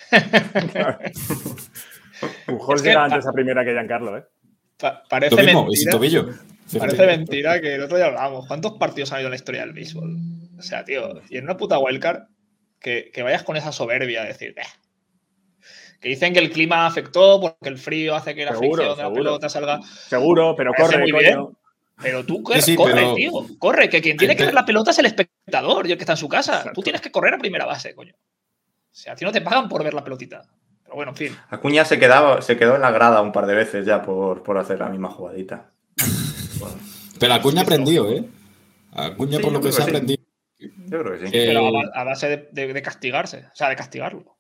Pujol es que llega antes a primera que Giancarlo, ¿eh? Pa- parece lo mismo, mentira. y sin tobillo. Parece Fíjate. mentira que el otro día hablábamos. ¿Cuántos partidos han habido en la historia del béisbol? O sea, tío, y en una puta wildcard que, que vayas con esa soberbia de decir, eh. que dicen que el clima afectó porque el frío hace que la Seguro, fricción de la seguro. pelota salga. Seguro, pero Parece corre, muy coño. bien. Pero tú corre, Sí, sí, corre pero- tío. Corre, que quien tiene que Pero- ver la pelota es el espectador y el que está en su casa. Exacto. Tú tienes que correr a primera base, coño. O sea, a ti no te pagan por ver la pelotita. Pero bueno, en fin. Acuña se, quedaba, se quedó en la grada un par de veces ya por, por hacer la misma jugadita. Bueno, Pero Acuña aprendió, ¿eh? Acuña Sí, por lo yo que creo se ha que sí. aprendido. yo creo que sí. Eh, Pero a, ba- a base de, de- de castigarse. O sea, de castigarlo.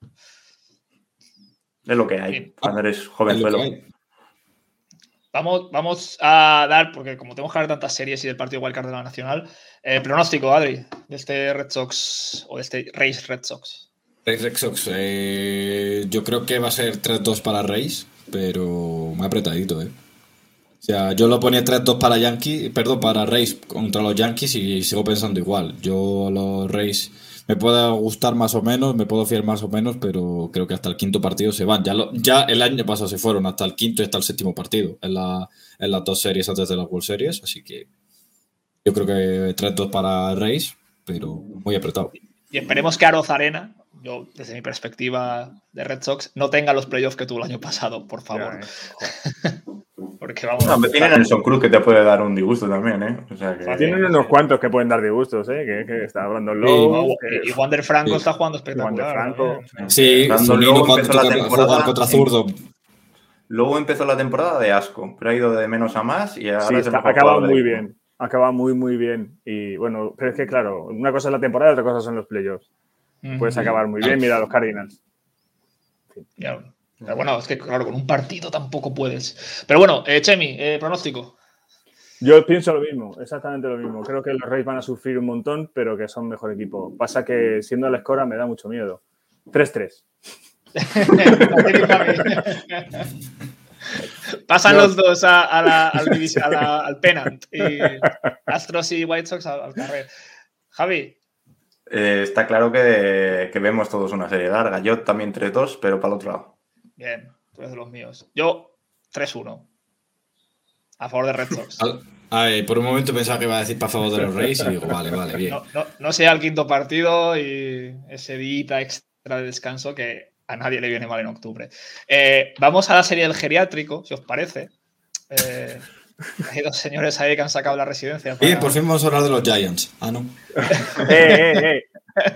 Es lo que hay Bien. cuando eres es lo jovenzuelo. que hay. Vamos, vamos a dar, porque como tenemos que hablar de tantas series y del partido wildcard de la Nacional, eh, pronóstico, Adri, de este Red Sox o de este Rays Red Sox. Rays Red Sox, eh, yo creo que va a ser tres dos para Rays, pero muy apretadito, ¿eh? O sea, yo lo ponía tres dos para Yankees, perdón, para Rays contra los Yankees y sigo pensando igual. Yo los Rays me puede gustar más o menos, me puedo fiar más o menos, pero creo que hasta el quinto partido se van. Ya, lo, ya el año pasado se fueron hasta el quinto y hasta el séptimo partido en, la, en las dos series antes de las World Series, así que Yo creo que tres dos para Rays, pero muy apretado. Y esperemos que Arozarena, yo desde mi perspectiva de Red Sox, no tenga los playoffs que tuvo el año pasado, por favor. Ya, eh. Porque vamos. No, me tienen a Nelson Cruz que te puede dar un disgusto también, ¿eh? O sea que, Tienen unos cuantos que pueden dar disgustos, ¿eh? Que, que está Brandon No, Lowe. y, y Wander Franco Sí. está jugando espectacular. Wander Franco. también. Sí, Brandon Zunino Lowe cuando empezó la toca temporada jugar contra en- zurdo. Luego empezó la temporada de asco, pero ha ido de menos a más y ahora Sí, es el está, mejor acaba jugador muy del equipo. bien. Acaba muy, muy bien. Y bueno, pero es que claro, una cosa es la temporada y otra cosa son los playoffs. Ujú. Puedes acabar muy bien, mira los Cardinals. Ya. Pero bueno, es que claro, con un partido tampoco puedes. Pero bueno, eh, Chemi, eh, pronóstico. Yo pienso lo mismo, exactamente lo mismo. Creo que los Rays van a sufrir un montón, pero que son mejor equipo. Pasa que siendo el Escora me da mucho miedo. tres tres. Pasan No. los dos a, a la, al, divis- a la- al pennant y Astros y White Sox al, al carrer. Javi, Eh, está claro que, que vemos todos una serie larga. Yo también tres dos, pero para el otro lado. bien, tú eres de los míos. Yo tres uno. A favor de Red Sox. Al- ay, por un momento pensaba que iba a decir para favor de los Rays y digo, vale, vale, bien. No, no, no sea el quinto partido y ese día extra de descanso que a nadie le viene mal en octubre. Eh, vamos a la serie del geriátrico, si os parece. Eh, hay dos señores ahí que han sacado la residencia. Para... Bien, por fin vamos a hablar de los Giants. Ah, no. ¡Eh, eh, eh!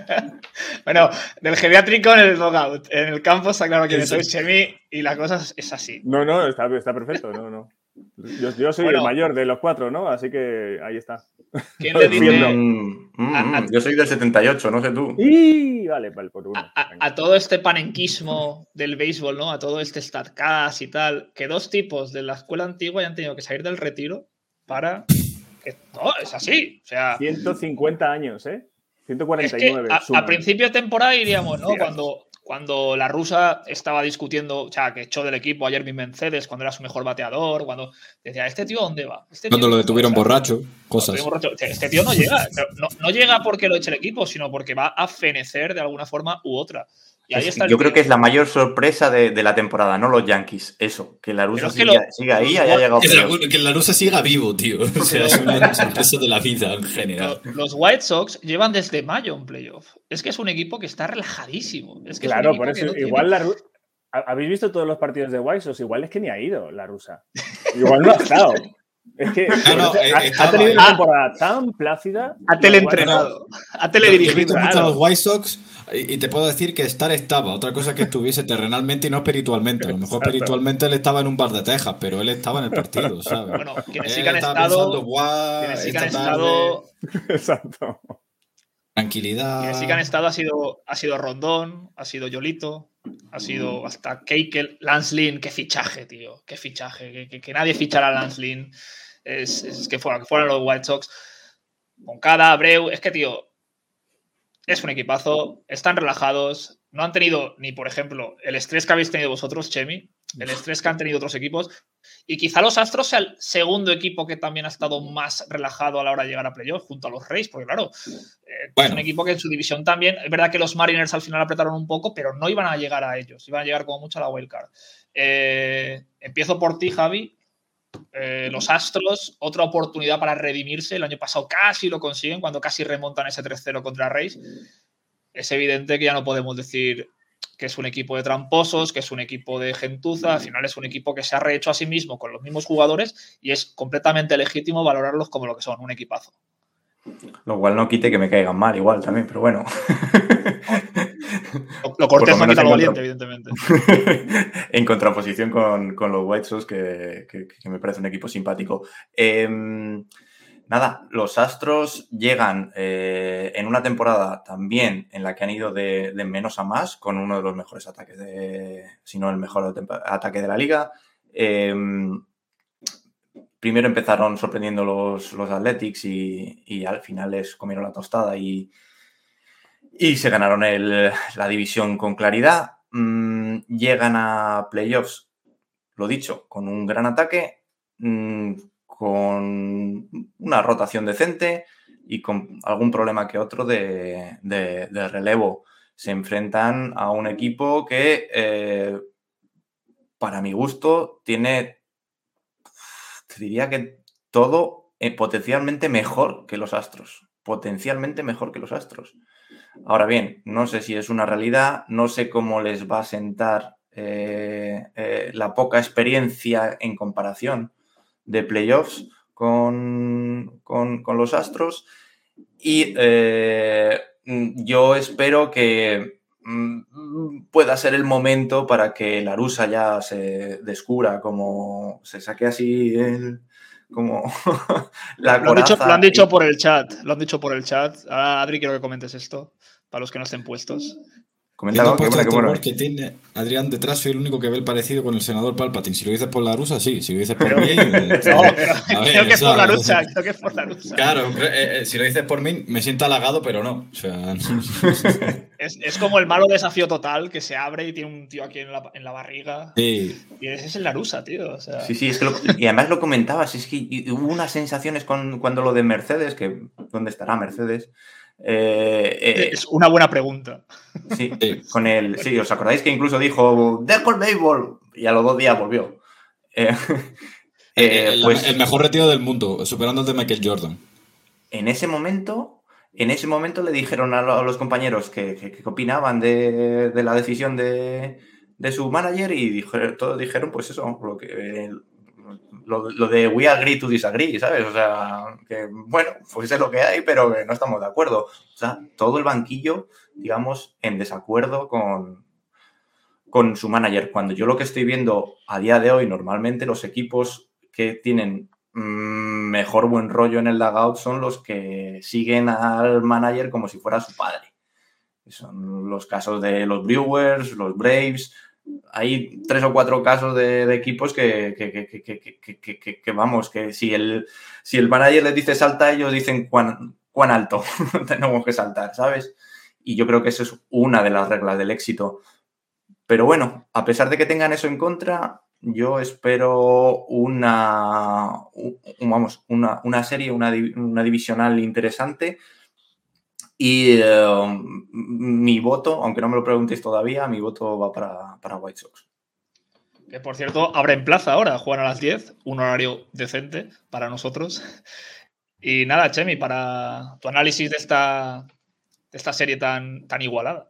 Bueno, del geriátrico en el dugout. En el campo está claro quién Sí, soy, sí. Chemi, y la cosa es así. No, no, está, está perfecto. No, no. Yo, yo soy Bueno. el mayor de los cuatro, ¿no? Así que ahí está. ¿Quién le dice Mm, mm, A- a- mm, yo soy del setenta y ocho, no sé tú. Y vale, vale, por uno. a, a- a todo este panenquismo del béisbol, ¿no? A todo este statcast y tal, que dos tipos de la escuela antigua hayan tenido que salir del retiro para que no, es así. O sea, ciento cincuenta años, ¿eh? ciento cuarenta y nueve. es que a, suman. a principio de temporada diríamos, ¿no? Hostia. Cuando, cuando la rusa estaba discutiendo, o sea, que echó del equipo ayer mi Mercedes cuando era su mejor bateador, cuando decía, ¿este tío dónde va? ¿Este Cuando tío lo dónde detuvieron va?". O sea, borracho, lo cosas. detuvieron borracho. Este tío no llega. pero No, no llega porque lo eche el equipo, sino porque va a fenecer de alguna forma u otra. Y ahí Es- está el yo creo tío. que es la mayor sorpresa de, de la temporada, no los Yankees. Eso, que la rusa Pero es que siga, lo- siga ahí y los- haya llegado. Que la, playoffs. que la rusa siga vivo, tío. O sea, es una sorpresa de la vida en general. Lo- Los White Sox llevan desde mayo en playoff. Es que es un equipo que está relajadísimo. Es que es un Claro, equipo por que eso. no tiene- Igual la Ru- ¿Ha- ¿Habéis visto todos los partidos de White Sox? Igual es que ni ha ido la rusa. Igual no ha estado. Es que No, no, ha, eh, ha estaba, tenido eh. una temporada tan plácida. Ha teleentrenado. Ha Yo he teledirigido. visto mucho a Claro. los White Sox y y te puedo decir que estar estaba. Otra cosa es que estuviese terrenalmente y no espiritualmente. A lo mejor Exacto. espiritualmente él estaba en un bar de Texas, pero él estaba en el partido, ¿sabes? Bueno, quienes sí Él que han estaba estado. pensando, "Buah, Quienes sí que esta han tarde, estado. Exacto. tranquilidad". Quienes sí que han estado ha sido, ha sido Rondón, ha sido Yolito, ha sido hasta Keikel, Lance Lynn. Qué fichaje, tío. Qué fichaje. Que, que- que nadie fichara a Lance Lynn. Es, es que, fueran, que fueran los White Sox. Moncada, Abreu. Es que, tío. Es un equipazo, están relajados, no han tenido ni, por ejemplo, el estrés que habéis tenido vosotros, Chemi, el estrés que han tenido otros equipos, y quizá los Astros sea el segundo equipo que también ha estado más relajado a la hora de llegar a playoffs, junto a los Rays, porque claro, eh, Bueno. es un equipo que en su división también, es verdad que los Mariners al final apretaron un poco, pero no iban a llegar a ellos, iban a llegar como mucho a la wildcard. Eh, empiezo por ti, Javi. Eh, los Astros, otra oportunidad para redimirse. El año pasado casi lo consiguen cuando casi remontan ese tres cero contra Rays. Es evidente que ya no podemos decir que es un equipo de tramposos, que es un equipo de gentuza. Al final es un equipo que se ha rehecho a sí mismo con los mismos jugadores y es completamente legítimo valorarlos como lo que son, un equipazo. Lo cual no quite que me caigan mal, igual también, pero bueno. Lo, lo cortés no Por lo quita lo menos valiente, en evidentemente. En contraposición con, con los White Sox, que, que- que me parece un equipo simpático. Eh, nada, los Astros llegan eh, en una temporada también en la que han ido de, de menos a más, con uno de los mejores ataques, de, si no el mejor ataque de la liga. Eh, primero empezaron sorprendiendo los, los Athletics y, y al final les comieron la tostada y, y se ganaron el, la división con claridad. Mm, llegan a playoffs, lo dicho, con un gran ataque, mm, con una rotación decente y con algún problema que otro de, de, de relevo. Se enfrentan a un equipo que, eh, para mi gusto, tiene, te diría que todo eh, potencialmente mejor que los Astros. Potencialmente mejor que los Astros. Ahora bien, no sé si es una realidad, no sé cómo les va a sentar eh, eh, la poca experiencia en comparación de playoffs con, con, con los Astros. Y eh, yo espero que mm, pueda ser el momento para que la Rusa ya se descubra, como se saque así el, como la lo, han dicho, coraza. lo han dicho y... por el chat, lo han dicho por el chat. Ahora, Adri, quiero que comentes esto, para los que no estén puestos. Coméntalo, Yo que no bueno, que bueno. que tiene Adrián detrás, soy el único que ve el parecido con el senador Palpatine. Si lo dices por la rusa, sí. Si lo dices por Pero, mí... Eh, no, pero ver, creo que es por la ¿sabes? lucha, creo que es por la lucha. Claro, eh, eh, si lo dices por mí, me siento halagado, pero no. O sea, es, es como el malo Desafío Total, que se abre y tiene un tío aquí en la, en la barriga. Sí. Y ese es el Larusa, tío. O sea... Sí, sí, es que lo, y además lo comentabas, es que hubo unas sensaciones con, cuando lo de Mercedes, que ¿dónde estará Mercedes? Eh, eh, es una buena pregunta. Sí, con el, sí, ¿os acordáis que incluso dijo dejo el béisbol? Y a los dos días volvió. Eh, eh, el, pues, el mejor retiro del mundo, superando el de Michael Jordan. En ese momento, en ese momento le dijeron a los compañeros que, que, que opinaban de, de la decisión de, de su manager y dijeron, todos dijeron, pues eso, lo que lo, lo de we agree to disagree, ¿sabes? O sea, que bueno, pues es lo que hay, pero que no estamos de acuerdo. O sea, todo el banquillo, digamos, en desacuerdo con, con su manager. Cuando yo lo que estoy viendo a día de hoy, normalmente los equipos que tienen mmm, mejor buen rollo en el dugout son los que siguen al manager como si fuera su padre. Son los casos de los Brewers, los Braves. Hay tres o cuatro casos de, de equipos que, que, que, que, que, que, que, que vamos, que si el, si el manager les dice salta, ellos dicen cuán, cuán alto tenemos que saltar, ¿sabes? Y yo creo que eso es una de las reglas del éxito. Pero bueno, a pesar de que tengan eso en contra, yo espero una, un, vamos, una, una serie, una, una divisional interesante. Y uh, mi voto, aunque no me lo preguntéis todavía, mi voto va para, para White Sox. Que por cierto, abren plaza ahora, juegan a las diez, un horario decente para nosotros. Y nada, Chemi, para tu análisis de esta, de esta serie tan, tan igualada.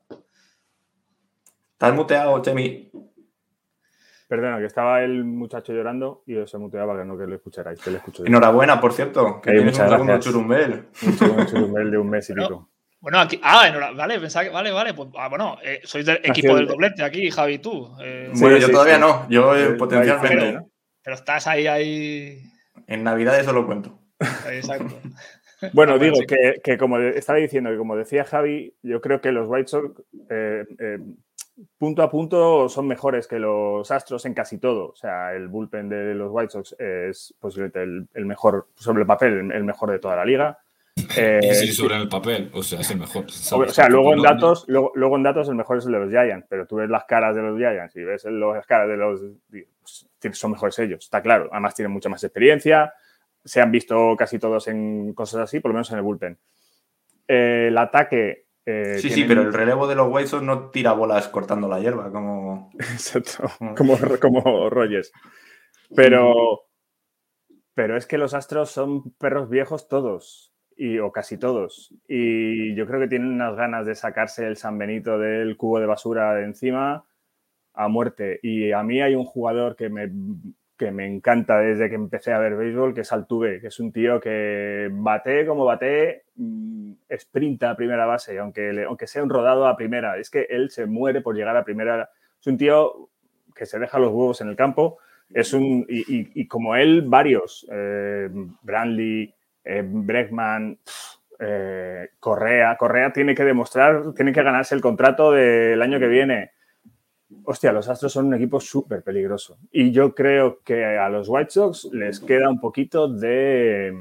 ¿Estás muteado, Chemi? Perdona, que estaba el muchacho llorando y se muteaba para que no que lo escucharais. Que lo escucho Enhorabuena, por cierto, que Hey, tienes un segundo gracias. churumbel. Un segundo churumbel de un mes y Bueno, pico. Bueno, aquí. Ah, enhorabuena, vale, pensaba que. Vale, vale. Pues, ah, bueno, eh, sois del equipo del doblete aquí, Javi, tú. Eh, bueno, sí, yo sí, todavía sí. no, yo eh, Eh, potencialmente. pero, ¿no? pero estás ahí, ahí. En Navidad eso lo cuento. Exacto. Bueno, Ah, digo sí. que, que como estaba diciendo, que como decía Javi, yo creo que los White Sox eh, eh, punto a punto son mejores que los Astros en casi todo. O sea, el bullpen de los White Sox es posiblemente el, el mejor, sobre el papel, el mejor de toda la liga. Eh, y sí, sobre el papel, o sea, es el mejor. O sea, luego en datos, luego, luego en datos el mejor es el de los Giants, pero tú ves las caras de los Giants y ves las caras de los... Pues, son mejores ellos, está claro. Además tienen mucha más experiencia, se han visto casi todos en cosas así, por lo menos en el bullpen. Eh, el ataque... Eh, sí, tienen... sí, pero el relevo de los White Sox no tira bolas cortando la hierba, como... Exacto, como, como Rogers. Pero, pero es que los Astros son perros viejos todos. Y, o casi todos. Y yo creo que tienen unas ganas de sacarse el San Benito del cubo de basura de encima a muerte. Y a mí hay un jugador que me, que me encanta desde que empecé a ver béisbol, que es Altuve, que es un tío que bate como bate, sprinta a primera base, aunque, le, aunque sea un rodado a primera. Es que él se muere por llegar a primera. Es un tío que se deja los huevos en el campo. Es un, y, y, y como él, varios. Eh, Brantley, Eh, Bregman, eh, Correa. Correa tiene que demostrar, tiene que ganarse el contrato del año que viene. Hostia, los Astros son un equipo súper peligroso. Y yo creo que a los White Sox les queda un poquito de,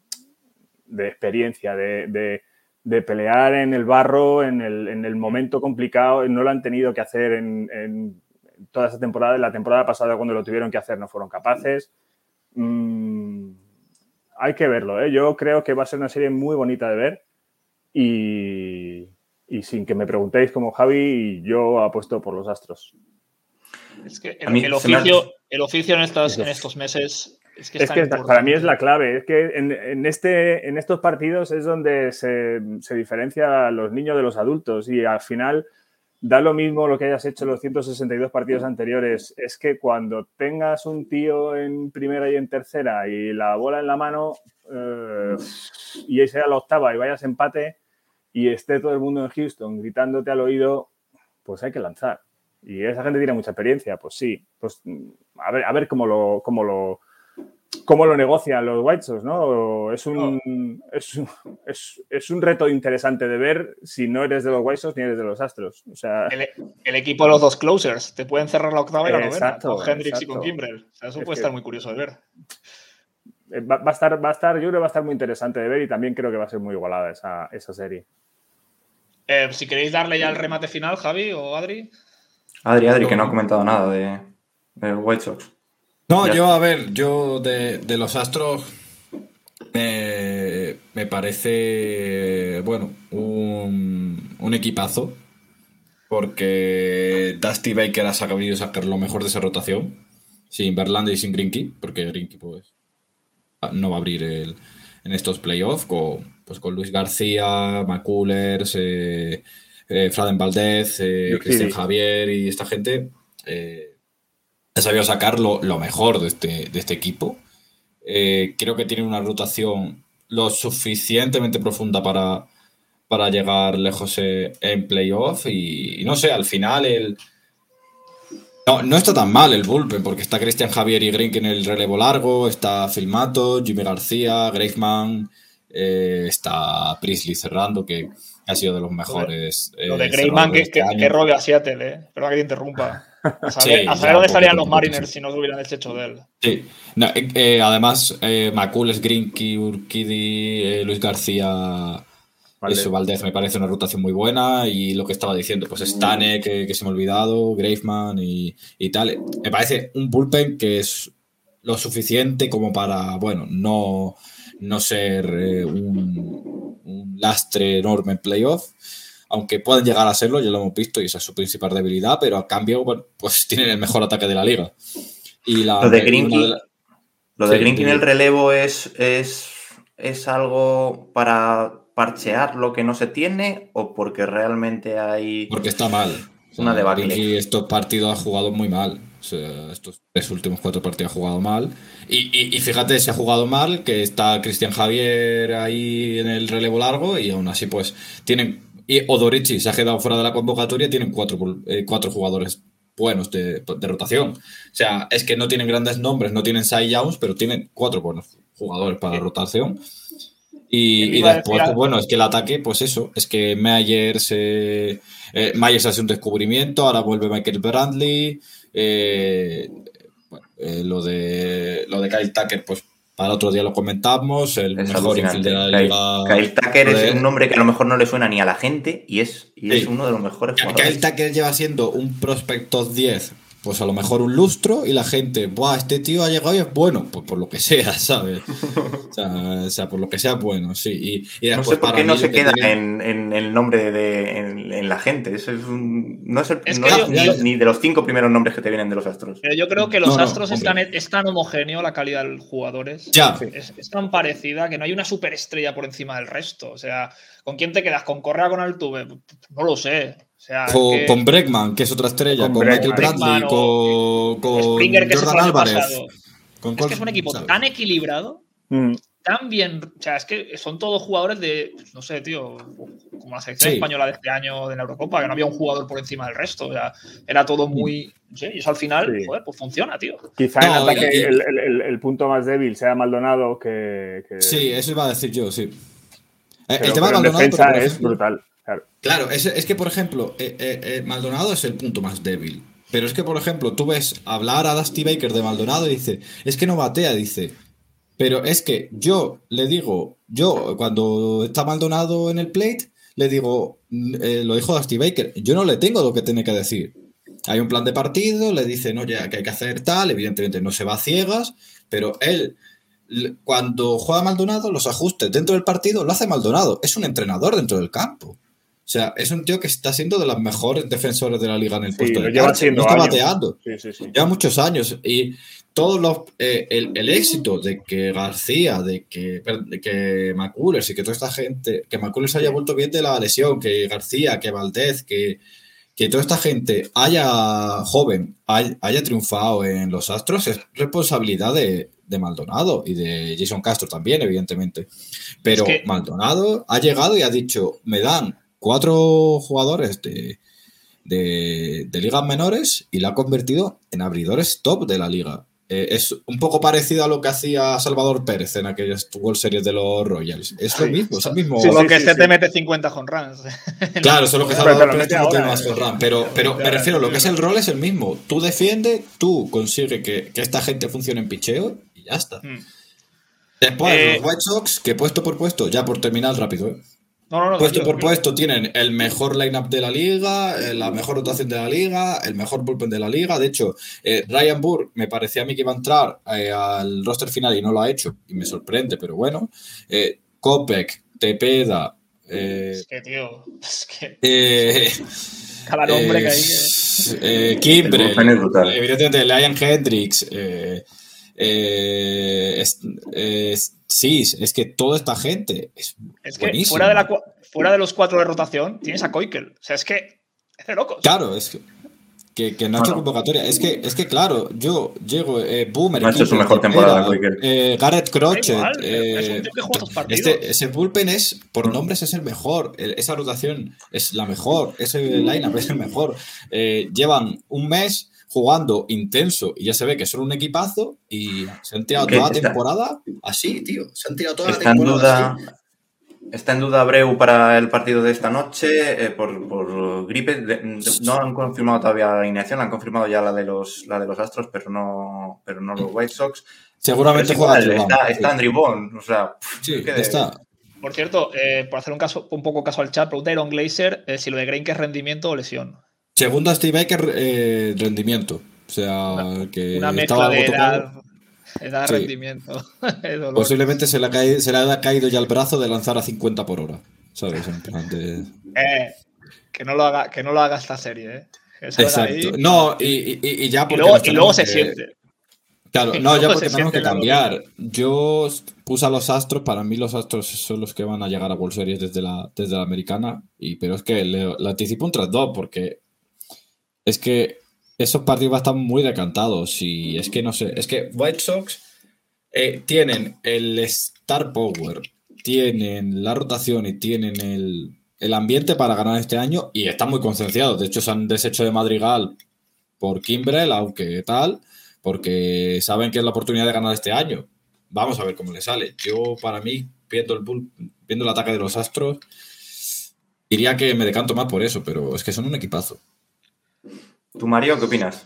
de experiencia, de, de, de pelear en el barro, en el, en el momento complicado. No lo han tenido que hacer en, en toda esta temporada. En la temporada pasada, cuando lo tuvieron que hacer, no fueron capaces. Mm. Hay que verlo, ¿eh? Yo creo que va a ser una serie muy bonita de ver y, y sin que me preguntéis como Javi, yo apuesto por los Astros. Es que el, el, oficio, el oficio en estos, en estos meses Es que, es que para mí es la clave. Es que en, en, este, en estos partidos es donde se, se diferencia los niños de los adultos y al final da lo mismo lo que hayas hecho en los ciento sesenta y dos partidos anteriores. Es que cuando tengas un tío en primera y en tercera y la bola en la mano eh, y sea la octava y vayas empate y esté todo el mundo en Houston gritándote al oído, pues hay que lanzar. Y esa gente tiene mucha experiencia, pues sí. Pues a ver, a ver cómo lo, cómo lo, cómo lo negocian los White Sox, ¿no? Es un, no. es, es, es un reto interesante de ver si no eres de los White Sox ni eres de los Astros. O sea, el, el equipo de los dos closers te pueden cerrar la octava y la exacto, novena, con Hendricks exacto. y con Kimbrel. O sea, eso es puede que, estar muy curioso de ver. Va, va, a estar, va a estar, yo creo que va a estar muy interesante de ver y también creo que va a ser muy igualada esa, esa serie. Eh, si queréis darle ya el remate final, Javi o Adri. Adri, Adri, que no ha comentado nada de, de White Sox. No, ya yo, está. a ver, yo de, de los Astros me, me parece, bueno, un, un equipazo, porque Dusty Baker ha sabido sacar lo mejor de esa rotación, sin Verlander y sin Greinke, porque Greinke pues no va a abrir el, en estos playoffs, con, pues, con Luis García, McCullers, eh, eh, Fraden Valdez, eh, Cristian Javier y esta gente. Eh, ha sabido sacar lo, lo mejor de este, de este equipo. Eh, creo que tiene una rotación lo suficientemente profunda para, para llegar lejos eh, en playoff y, y no sé, al final el no, no está tan mal el bullpen porque está Cristian Javier y Greinke en el relevo largo, está Phil Mato, Jimmy García, Graveman, eh, está Priestley cerrando, que ha sido de los mejores. Lo de, eh, de Graveman que, este que, que robe a Seattle, eh. Perdón que te interrumpa. A saber, sí, a saber dónde estarían los poquito, Mariners si no hubieran hecho de él. Sí. No, eh, eh, además, eh, McCullers, Greinke, Urquidy, eh, Luis García, Valdez. Eso, Valdez me parece una rotación muy buena. Y lo que estaba diciendo, pues Stanek, que, que se me ha olvidado, Graveman y, y tal. Me parece un bullpen que es lo suficiente como para, bueno, no, no ser eh, un, un lastre enorme en playoff. Aunque pueden llegar a serlo, ya lo hemos visto y esa es su principal debilidad, pero a cambio, bueno, pues tienen el mejor ataque de la liga. Y la, lo de Greinke la... lo de sí, Greinke en el relevo es, es, es algo para parchear lo que no se tiene o porque realmente hay... Porque está mal. Es una debacle. Greinke estos partidos ha jugado muy mal. O sea, estos tres últimos cuatro partidos ha jugado mal. Y, y, y fíjate, se ha jugado mal, que está Cristian Javier ahí en el relevo largo y aún así pues tienen... Y Odorizzi se ha quedado fuera de la convocatoria, tienen cuatro, eh, cuatro jugadores buenos de, de rotación. O sea, es que no tienen grandes nombres, no tienen Cy Youngs, pero tienen cuatro buenos jugadores para la rotación. Y, y después, pues bueno, es que el ataque, pues eso, es que Myers, eh, eh, Myers hace un descubrimiento, ahora vuelve Michael Brantley, eh, bueno, eh, lo de lo de Kyle Tucker, pues para otro día lo comentamos, el es mejor infield de la liga. Kyle Tucker es un nombre que a lo mejor no le suena ni a la gente y es, y es sí. uno de los mejores jugadores. Kyle Tucker lleva siendo un prospect top diez, pues a lo mejor un lustro y la gente, ¡buah, este tío ha llegado y es bueno! Pues por lo que sea, ¿sabes? O sea, o sea por lo que sea bueno, sí. Y, y no sé por qué no se queda tiene... en, en el nombre de en, en la gente. Eso es un, no es, el, es no es yo, ni, yo, ni de los cinco primeros nombres que te vienen de los Astros. Pero yo creo que los no, Astros no, están, es tan homogéneo la calidad de los jugadores. Ya. Es, es tan parecida que no hay una superestrella por encima del resto. O sea, ¿con quién te quedas? ¿Con Correa o con Altuve? No lo sé. O sea, con, que... con Bregman, que es otra estrella, con, con Michael Brantley, con, con Springer, que Jordan se Álvarez. Con es que es un equipo ¿sabes? Tan equilibrado, mm. tan bien. O sea, es que son todos jugadores de, no sé, tío, como la selección sí. española de este año de la Eurocopa, que no había un jugador por encima del resto. O sea, era todo muy. No sé, y eso al final, sí. joder, pues funciona, tío. Quizá no, en ataque y... el, el, el punto más débil sea Maldonado que. que... Sí, eso iba a decir yo, sí. Pero, el tema de Maldonado defensa pero, es ejemplo, brutal. Claro, claro es, es que, por ejemplo, eh, eh, Maldonado es el punto más débil. Pero es que, por ejemplo, tú ves hablar a Dusty Baker de Maldonado y dice, es que no batea, dice. Pero es que yo le digo, yo cuando está Maldonado en el plate, le digo, eh, lo dijo Dusty Baker, yo no le tengo lo que tiene que decir. Hay un plan de partido, le dicen, oye, que hay que hacer tal, evidentemente no se va a ciegas, pero él... Cuando juega Maldonado, los ajustes dentro del partido lo hace Maldonado. Es un entrenador dentro del campo. O sea, es un tío que está siendo de los mejores defensores de la liga en el sí, puesto de lleva catcher. No está años. bateando. Sí, sí, sí. Lleva muchos años. Y todos los eh, el, el éxito de que García, de que, de que McCullers y que toda esta gente, que McCullers haya vuelto bien de la lesión, que García, que Valdez, que, que toda esta gente haya joven, haya, haya triunfado en los Astros, es responsabilidad de, de Maldonado y de Jason Castro también, evidentemente. Pero es que Maldonado ha llegado y ha dicho, me dan cuatro jugadores de De, de ligas menores y la ha convertido en abridores top de la liga. Eh, es un poco parecido a lo que hacía Salvador Pérez en aquellas World Series de los Royals. Es sí, lo mismo, es el mismo. Solo sí, que sí, este sí. te mete cincuenta jonruns. Claro, solo que Salvador Pérez no tiene más jonruns. Pero, pero me refiero, lo que es el rol es el mismo. Tú defiendes, tú consigues que, que esta gente funcione en picheo y ya está. Hmm. Después, eh, los White Sox, que puesto por puesto, ya por terminar rápido, ¿eh? No, no, no, puesto por puesto tienen el mejor lineup de la liga, la mejor rotación de la liga, el mejor bullpen de la liga. De hecho, eh, Ryan Burke me parecía a mí que iba a entrar eh, al roster final y no lo ha hecho, y me sorprende, pero bueno. Eh, Kopech, Tepeda. Eh, es que, tío, es que. Eh, cada nombre eh, que hay. Eh, Kimbrel, evidentemente, Liam Hendricks. Eh, Eh, es, es, sí, es que toda esta gente es, es que fuera de, la, fuera de los cuatro de rotación tienes a Keuchel. O sea, es que es de locos. Claro, es que, que, que no ha hecho bueno. convocatoria. Es que, es que, claro, yo llego, eh, Boomer, no ha hecho su mejor temporada, Keuchel. Eh, Garrett Crochet. Igual, eh, este, ese bullpen es, por nombres, es el mejor. Esa rotación es la mejor. Ese lineup es el mejor. Eh, llevan un mes jugando intenso y ya se ve que son un equipazo y se han tirado toda la temporada así, tío. Se han tirado toda está la temporada en duda, así. Está en duda Abreu para el partido de esta noche eh, por, por gripe. De, de, no han confirmado todavía la alineación, han confirmado ya la de los, la de los Astros, pero no, pero no los White Sox. Seguramente juega igual, está, sí. está Andrew Bond, o sea, sí, que está. Por cierto, eh, por hacer un caso, un poco caso al chat, pregunta Aaron Glazer eh, si lo de Greinke es rendimiento o lesión. Segundo a Steve Baker, eh, rendimiento. O sea, una, que una mezcla de edad, edad sí. rendimiento. Posiblemente se le, ha caído, se le ha caído ya el brazo de lanzar a cincuenta por hora. ¿Sabes? En plan de... eh, que, no lo haga, que no lo haga esta serie, ¿eh? Exacto. Ahí. No, y, y, y ya porque. Y luego, y luego se que... siente. Claro, no, ya porque tenemos que cambiar. Yo puse a los Astros, para mí los Astros son los que van a llegar a World Series desde la, desde la americana. Y, pero es que le, le anticipo un tres dos porque. Es que esos partidos van a estar muy decantados y es que no sé, es que White Sox eh, tienen el star power, tienen la rotación y tienen el, el ambiente para ganar este año y están muy concienciados. De hecho, se han deshecho de Madrigal por Kimbrel, aunque tal, porque saben que es la oportunidad de ganar este año. Vamos a ver cómo le sale. Yo, para mí, viendo el, bull, viendo el ataque de los Astros, diría que me decanto más por eso, pero es que son un equipazo. ¿Tú, Mario, qué opinas?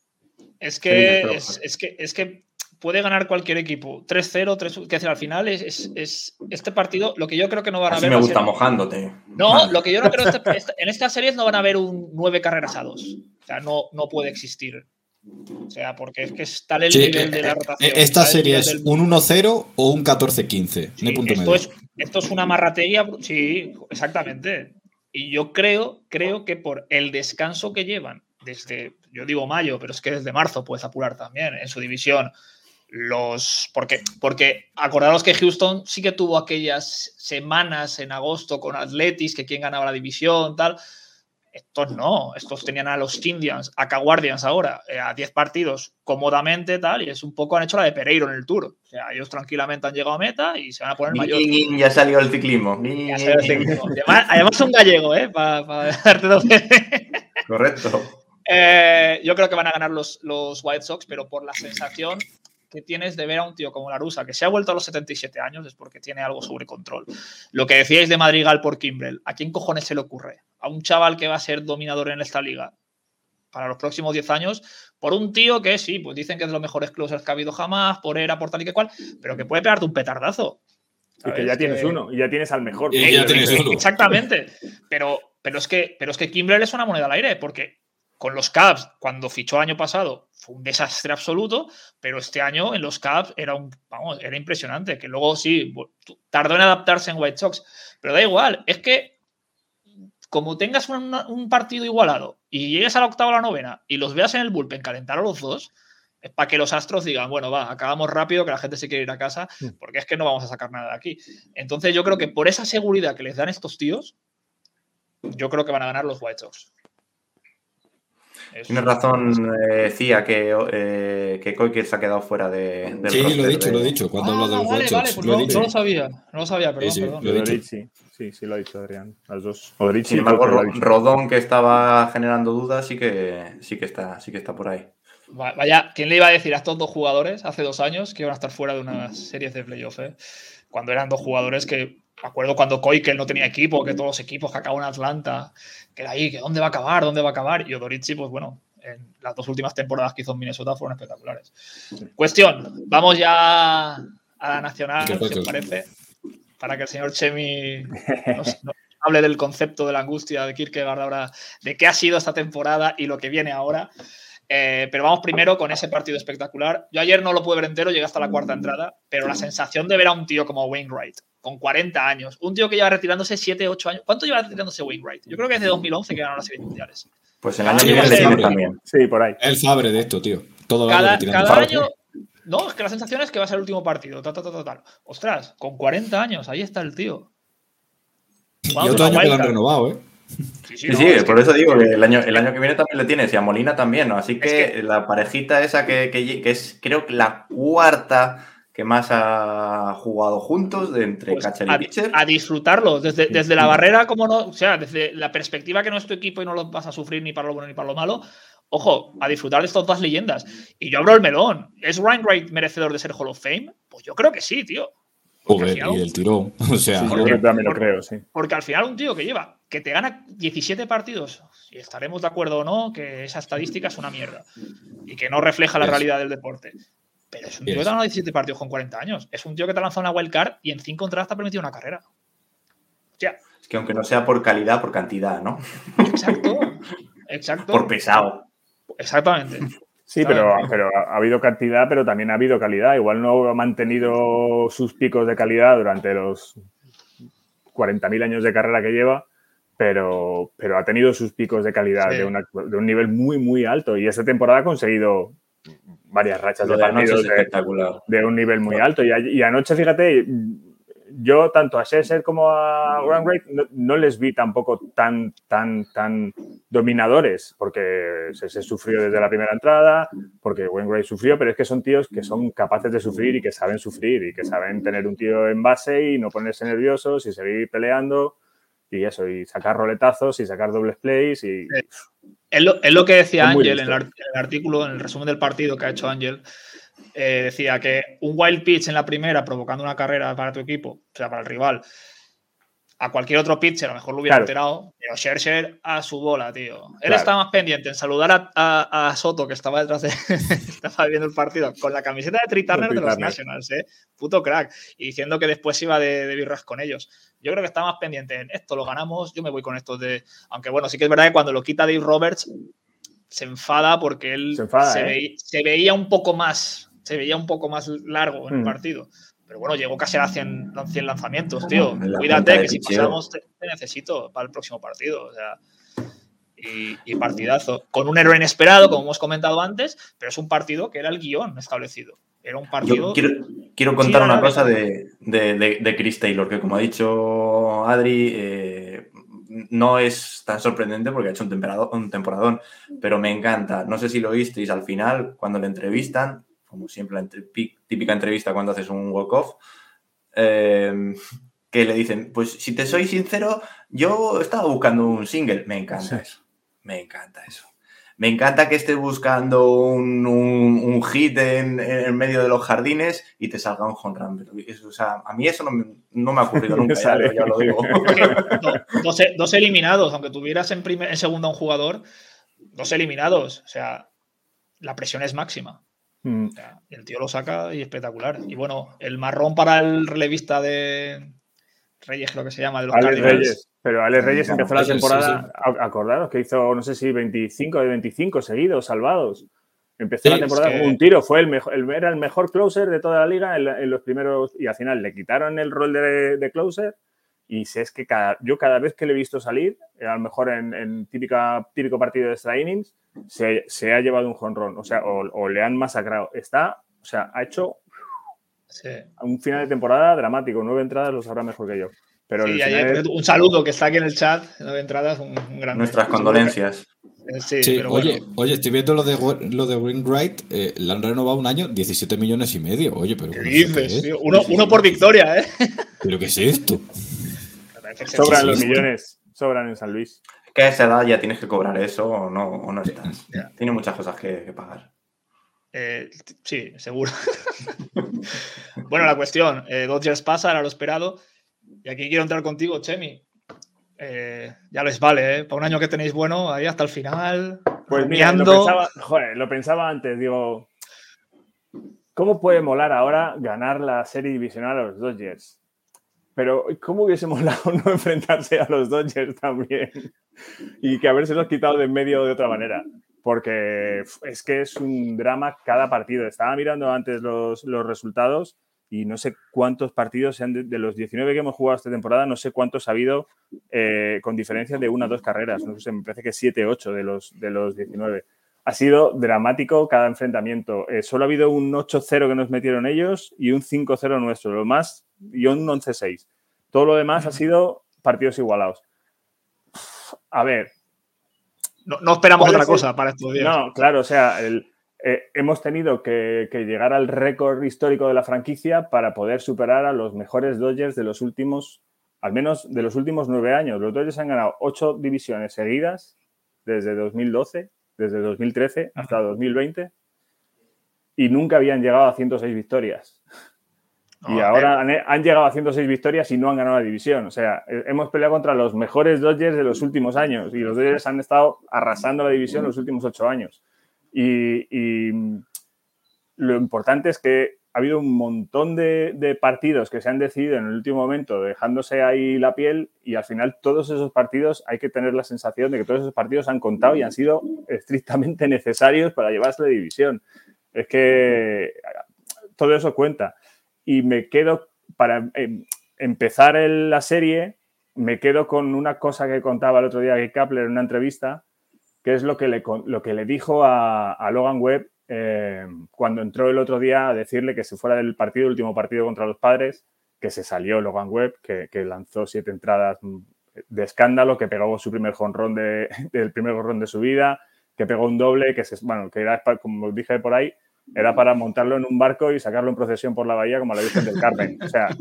Es que, es, es que, es que puede ganar cualquier equipo. tres cero, tres que decir, al final es, es, es este partido, lo que yo creo que no van a Así ver. me gusta ser... mojándote. No, vale. Lo que yo no creo este, este, en estas series no van a haber un nueve carreras a dos. O sea, no, no puede existir. O sea, porque es que está el sí, nivel eh, de la rotación. Esta serie es del... un uno cero o un catorce quince. Sí, punto esto, es, esto es una marratería. Sí, exactamente. Y yo creo, creo que por el descanso que llevan desde, yo digo mayo, pero es que desde marzo puedes apurar también en su división. Los, porque, porque acordaros que Houston sí que tuvo aquellas semanas en agosto con Athletics, que quién ganaba la división, tal. Estos no, estos tenían a los Indians, a Guardians ahora, eh, a diez partidos cómodamente, tal, y es un poco han hecho la de Pereiro en el Tour. O sea, ellos tranquilamente han llegado a meta y se van a poner mayor. Ya salió el ciclismo. Ya salió el ciclismo. Además, además un gallego, ¿eh? Para pa darte dos. Correcto. Eh, yo creo que van a ganar los, los White Sox, pero por la sensación que tienes de ver a un tío como La Russa, que se ha vuelto a los setenta y siete años, es porque tiene algo sobre control. Lo que decíais de Madrigal por Kimbrel, ¿a quién cojones se le ocurre? A un chaval que va a ser dominador en esta liga para los próximos diez años, por un tío que sí, pues dicen que es de los mejores closers que ha habido jamás, por era, por tal y que cual, pero que puede pegarte un petardazo. ¿Sabes? Y que ya tienes que... uno, y ya tienes al mejor. Y ya tienes uno. Exactamente. Pero, pero, es que, pero es que Kimbrel es una moneda al aire, porque con los Cubs, cuando fichó el año pasado, fue un desastre absoluto, pero este año en los Cubs era un, vamos, era impresionante, que luego sí, tardó en adaptarse en White Sox, pero da igual, es que como tengas un, un partido igualado y llegues a la octava o la novena y los veas en el bullpen calentar a los dos, Es para que los Astros digan, bueno, va, acabamos rápido, que la gente se quiere ir a casa, porque es que no vamos a sacar nada de aquí. Entonces yo creo que por esa seguridad que les dan estos tíos, yo creo que van a ganar los White Sox. Es... Tienes razón, eh, Cía, que, eh, que Koike se ha quedado fuera de, del Sí, lo he dicho, de... lo he dicho, cuando ah, hablo de los vale, White Sox. Vale, pues lo, no, he dicho. no lo sabía, no lo sabía, perdón, sí, sí, perdón. Lo he dicho. Sí, sí, sí, lo ha dicho Adrián, las dos. Odric, Sin embargo, Rodón, que estaba generando dudas, sí que, sí que está, sí que está por ahí. Vaya, ¿quién le iba a decir a estos dos jugadores hace dos años que iban a estar fuera de unas series de playoff? Eh? Cuando eran dos jugadores que, me acuerdo cuando Koike no tenía equipo, que todos los equipos que acabó en Atlanta, que era ahí, que dónde va a acabar, dónde va a acabar. Y Odorizzi, pues bueno, en las dos últimas temporadas que hizo en Minnesota fueron espectaculares. Cuestión, vamos ya a la nacional, si os parece, para que el señor Chemi nos, nos hable del concepto de la angustia de Kierkegaard ahora, de qué ha sido esta temporada y lo que viene ahora. Eh, pero vamos primero con ese partido espectacular. Yo ayer no lo pude ver entero, llegué hasta la cuarta entrada, pero la sensación de ver a un tío como Wainwright, con cuarenta años, un tío que lleva retirándose siete, ocho años. ¿Cuánto lleva retirándose Wainwright? Yo creo que es de dos mil once que ganó las series mundiales. Pues el año que viene le tiene también. Sí, por ahí. El Fabre de esto, tío. Todo cada, cada año... No, es que la sensación es que va a ser el último partido. Ta, ta, ta, ta, ta. Ostras, con cuarenta años, ahí está el tío. Y otro año que lo han renovado, ¿eh? Sí, sí, sí, no, sí por que... eso digo que el año, el año que viene también le tienes y a Molina también, ¿no? Así que, es que... la parejita esa que, que, que es creo que la cuarta que más ha jugado juntos de entre pues catcher y a, pitcher. A disfrutarlo, desde, desde la barrera, como no, o sea, desde la perspectiva que no es tu equipo y no lo vas a sufrir ni para lo bueno ni para lo malo, ojo, a disfrutar de estas dos leyendas. Y yo abro el melón. ¿Es Wainwright merecedor de ser Hall of Fame? Pues yo creo que sí, tío. Joder, final, y el tirón. O sea, sí, porque, yo también lo creo, sí. Porque al final un tío que lleva, que te gana diecisiete partidos, y estaremos de acuerdo o no, que esa estadística es una mierda y que no refleja la yes. realidad del deporte. Pero es un tío yes. que te ha ganado diecisiete partidos con cuarenta años. Es un tío que te ha lanzado una wildcard y en cinco entradas te ha permitido una carrera. Hostia. Es que aunque no sea por calidad, por cantidad, ¿no? Exacto. Exacto. Por pesado. Exactamente. Sí, pero, pero ha habido cantidad, pero también ha habido calidad. Igual no ha mantenido sus picos de calidad durante los cuarenta mil años de carrera que lleva, pero, pero ha tenido sus picos de calidad sí. de, una, de un nivel muy, muy alto. Y esta temporada ha conseguido varias rachas Lo de partidos de, de, de un nivel muy alto. Y, y anoche, fíjate, yo tanto a Scherzer como a Wainwright no, no les vi tampoco tan, tan, tan dominadores, porque se, se sufrió desde la primera entrada, porque Wainwright sufrió, pero es que son tíos que son capaces de sufrir y que saben sufrir y que saben tener un tío en base y no ponerse nerviosos y seguir peleando y eso, y sacar roletazos y sacar dobles plays y... Es lo, es lo que decía Ángel en, en el artículo, en el resumen del partido que ha hecho Ángel. Eh, decía que un wild pitch en la primera provocando una carrera para tu equipo, o sea, para el rival, a cualquier otro pitcher a lo mejor lo hubiera claro. alterado, pero Scherzer a su bola, tío. Él claro. estaba más pendiente en saludar a, a, a Soto, que estaba detrás de... estaba viendo el partido, con la camiseta de Trey Turner de los Nationals, ¿eh? Puto crack. Y diciendo que después iba de, de birras con ellos. Yo creo que está más pendiente en esto, lo ganamos, yo me voy con estos de... Aunque bueno, sí que es verdad que cuando lo quita Dave Roberts se enfada porque él se, enfada, se, ¿eh? ve, se veía un poco más... se veía un poco más largo en el partido. Pero bueno, llegó casi a cien, cien lanzamientos, tío. Cuídate que si pasamos te, te necesito para el próximo partido. O sea, y, y partidazo. Con un héroe inesperado, como hemos comentado antes, pero es un partido que era el guión establecido. Era un partido... Yo quiero, quiero contar una cosa de, de, de, de Chris Taylor, que como ha dicho Adri, eh, no es tan sorprendente porque ha hecho un temporadón, un temporadón, pero me encanta. No sé si lo visteis al final, cuando le entrevistan, como siempre la entre, típica entrevista cuando haces un walk-off, eh, que le dicen, pues si te soy sincero, yo estaba buscando un single. Me encanta sí. eso, me encanta eso. Me encanta que estés buscando un, un, un hit en, en medio de los jardines y te salga un home run. Eso, o sea, a mí eso no me, no me ha ocurrido nunca, ya, ya lo digo. No, dos, dos eliminados, aunque tuvieras en, primer, en segunda un jugador, dos eliminados, o sea, la presión es máxima. Mm. O sea, el tío lo saca y espectacular. Y bueno, el marrón para el relevista de Reyes, creo que se llama, de los Alex Cardinals. Reyes. Pero Alex Reyes no, empezó la temporada, sí, sí. acordaros que hizo, no sé si veinticinco de veinticinco seguidos, salvados. Empezó sí, la temporada es que... con un tiro, fue el mejor, el, era el mejor closer de toda la liga en, en los primeros, y al final le quitaron el rol de, de closer Y sé es que cada, yo cada vez que le he visto salir, a lo mejor en, en típica, típico partido de extra innings, se, se ha llevado un jonrón, o sea, o, o le han masacrado. Está, o sea, ha hecho sí. un final de temporada dramático. Nueve entradas lo sabrá mejor que yo. Pero sí, ayer, de... un saludo que está aquí en el chat. Nueve entradas, un, un gran. Nuestras condolencias. Sí, sí pero oye, bueno. oye, estoy viendo lo de lo de Wainwright, eh, le han renovado un año, diecisiete millones y medio. Oye, pero ¿qué dices, tío? Uno, uno por victoria, ¿eh? ¿Pero qué es esto? Sobran los millones, sobran en San Luis. Que a esa edad ya tienes que cobrar eso o no, o no estás. Yeah. Tiene muchas cosas que, que pagar. Eh, sí, seguro. Bueno, la cuestión, eh, Dodgers pasa, era lo esperado. Y aquí quiero entrar contigo, Chemi. Eh, ya les vale, ¿eh? Para un año que tenéis bueno, ahí hasta el final. Pues mira, lo pensaba, joder, lo pensaba antes, digo, ¿cómo puede molar ahora ganar la serie divisional a los Dodgers? Pero ¿cómo hubiese molado no enfrentarse a los Dodgers también? Y que habérselos quitado de en medio de otra manera. Porque es que es un drama cada partido. Estaba mirando antes los, los resultados y no sé cuántos partidos sean de, de los diecinueve que hemos jugado esta temporada, no sé cuántos ha habido eh, con diferencia de una o dos carreras. No sé, me parece que siete, ocho de los, de los diecinueve. Ha sido dramático cada enfrentamiento. Eh, solo ha habido un ocho cero que nos metieron ellos y un cinco cero nuestro. Lo más, y un once seis. Todo lo demás ha sido partidos igualados. A ver. No, no esperamos otra cosa para estos días. No, claro, o sea, el, eh, hemos tenido que, que llegar al récord histórico de la franquicia para poder superar a los mejores Dodgers de los últimos, al menos de los últimos nueve años. Los Dodgers han ganado ocho divisiones seguidas desde dos mil doce, desde dos mil trece hasta dos mil veinte y nunca habían llegado a ciento seis victorias. Y oh, ahora han, han llegado a ciento seis victorias y no han ganado la división. O sea, hemos peleado contra los mejores Dodgers de los últimos años y los Dodgers han estado arrasando la división los últimos ocho años. Y, y lo importante es que ha habido un montón de, de partidos que se han decidido en el último momento dejándose ahí la piel y al final todos esos partidos hay que tener la sensación de que todos esos partidos han contado y han sido estrictamente necesarios para llevarse la división. Es que todo eso cuenta. Y me quedo, para eh, empezar el, la serie, me quedo con una cosa que contaba el otro día Gabe Kapler en una entrevista, que es lo que le, lo que le dijo a, a Logan Webb eh, cuando entró el otro día a decirle que se fuera del partido, el último partido contra los Padres, que se salió Logan Webb, que, que lanzó siete entradas de escándalo, que pegó su primer jonrón de, del primer jonrón de su vida, que pegó un doble, que, se, bueno, que era, como dije por ahí, era para montarlo en un barco y sacarlo en procesión por la bahía como la Virgen del Carmen. O sea,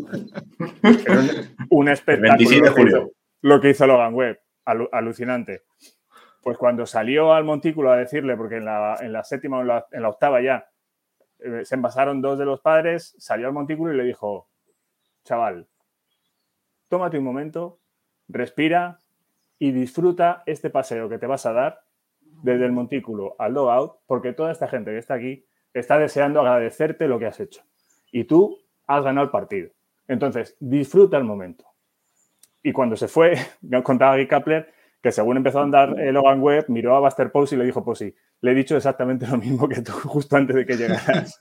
era un, un espectáculo veintisiete de julio. Lo, que hizo, lo que hizo Logan Webb. Alu, alucinante. Pues cuando salió al montículo a decirle, porque en la, en la séptima o en la, en la octava ya eh, se envasaron dos de los padres, salió al montículo y le dijo, chaval, tómate un momento, respira y disfruta este paseo que te vas a dar desde el montículo al dugout, porque toda esta gente que está aquí está deseando agradecerte lo que has hecho. Y tú has ganado el partido. Entonces, disfruta el momento. Y cuando se fue, me contaba Gabe Kapler que según empezó a andar eh, Logan Webb, miró a Buster Posey y le dijo, pues sí, le he dicho exactamente lo mismo que tú justo antes de que llegaras.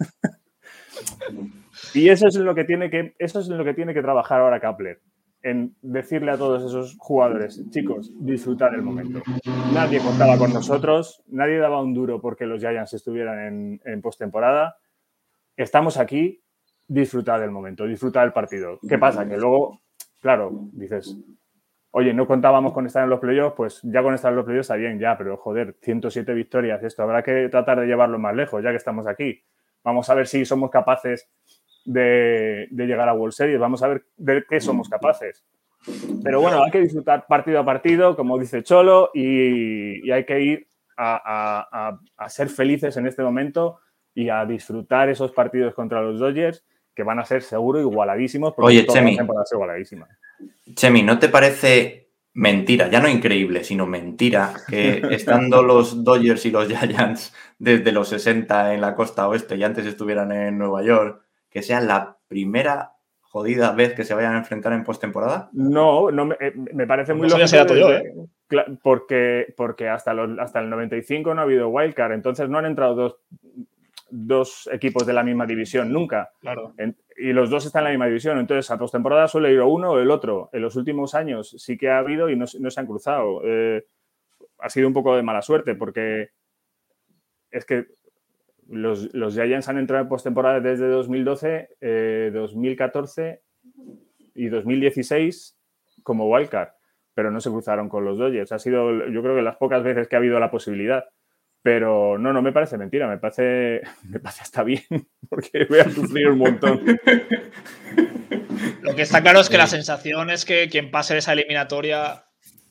Y eso es en lo que tiene que, eso es en lo que tiene que trabajar ahora Kapler. En decirle a todos esos jugadores, chicos, disfrutar el momento. Nadie contaba con nosotros, nadie daba un duro porque los Giants estuvieran en, en postemporada. Estamos aquí, disfrutar del momento, disfrutar del partido. ¿Qué pasa? Que luego, claro, dices, oye, no contábamos con estar en los playoffs, pues ya con estar en los playoffs está bien, ya, pero joder, ciento siete victorias, esto habrá que tratar de llevarlo más lejos, ya que estamos aquí. Vamos a ver si somos capaces De, de llegar a World Series. Vamos a ver de qué somos capaces. Pero bueno, hay que disfrutar partido a partido, como dice Cholo, y, y hay que ir a, a, a, a ser felices en este momento y a disfrutar esos partidos contra los Dodgers, que van a ser seguro igualadísimos, porque Oye, toda Chemi, la temporada es igualadísima. Chemi, ¿no te parece mentira, ya no increíble, sino mentira, que estando los Dodgers y los Giants desde los sesenta en la costa oeste y antes estuvieran en Nueva York, que sea la primera jodida vez que se vayan a enfrentar en postemporada? No, no me, me parece muy no lógico. Desde, yo, ¿eh? Porque, porque hasta, los, hasta el noventa y cinco no ha habido wildcard, entonces no han entrado dos, dos equipos de la misma división nunca. Claro. En, y los dos están en la misma división. Entonces, a postemporada suele ir uno o el otro. En los últimos años sí que ha habido y no, no se han cruzado. Eh, ha sido un poco de mala suerte porque es que los, los Giants han entrado en postemporada desde dos mil doce, eh, dos mil catorce y dos mil dieciséis como wildcard, pero no se cruzaron con los Dodgers. Ha sido, yo creo que las pocas veces que ha habido la posibilidad. Pero no, no me parece mentira, me parece, me parece hasta bien, porque voy a sufrir un montón. Lo que está claro es que la sensación es que quien pase esa eliminatoria,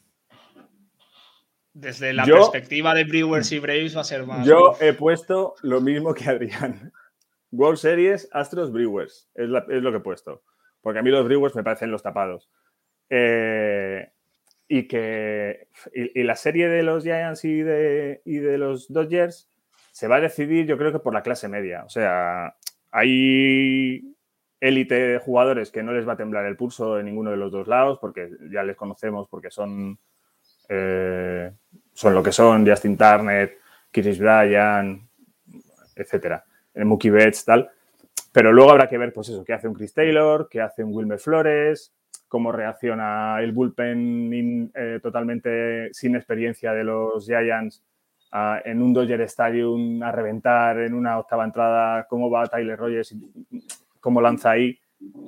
desde la yo, perspectiva de Brewers y Braves, va a ser más. Yo he puesto lo mismo que Adrián. World Series, Astros, Brewers. Es, la, es lo que he puesto. Porque a mí los Brewers me parecen los tapados. Eh... Y que y, y la serie de los Giants y de, y de los Dodgers se va a decidir, yo creo que por la clase media. O sea, hay élite de jugadores que no les va a temblar el pulso en ninguno de los dos lados, porque ya les conocemos, porque son, eh, son lo que son, Justin Turner, Kris Bryant, etcétera. Mookie Betts, tal. Pero luego habrá que ver, pues eso, qué hace un Chris Taylor, qué hace un Wilmer Flores, cómo reacciona el bullpen in, eh, totalmente sin experiencia de los Giants uh, en un Dodger Stadium a reventar en una octava entrada, cómo va Tyler Rogers, cómo lanza ahí.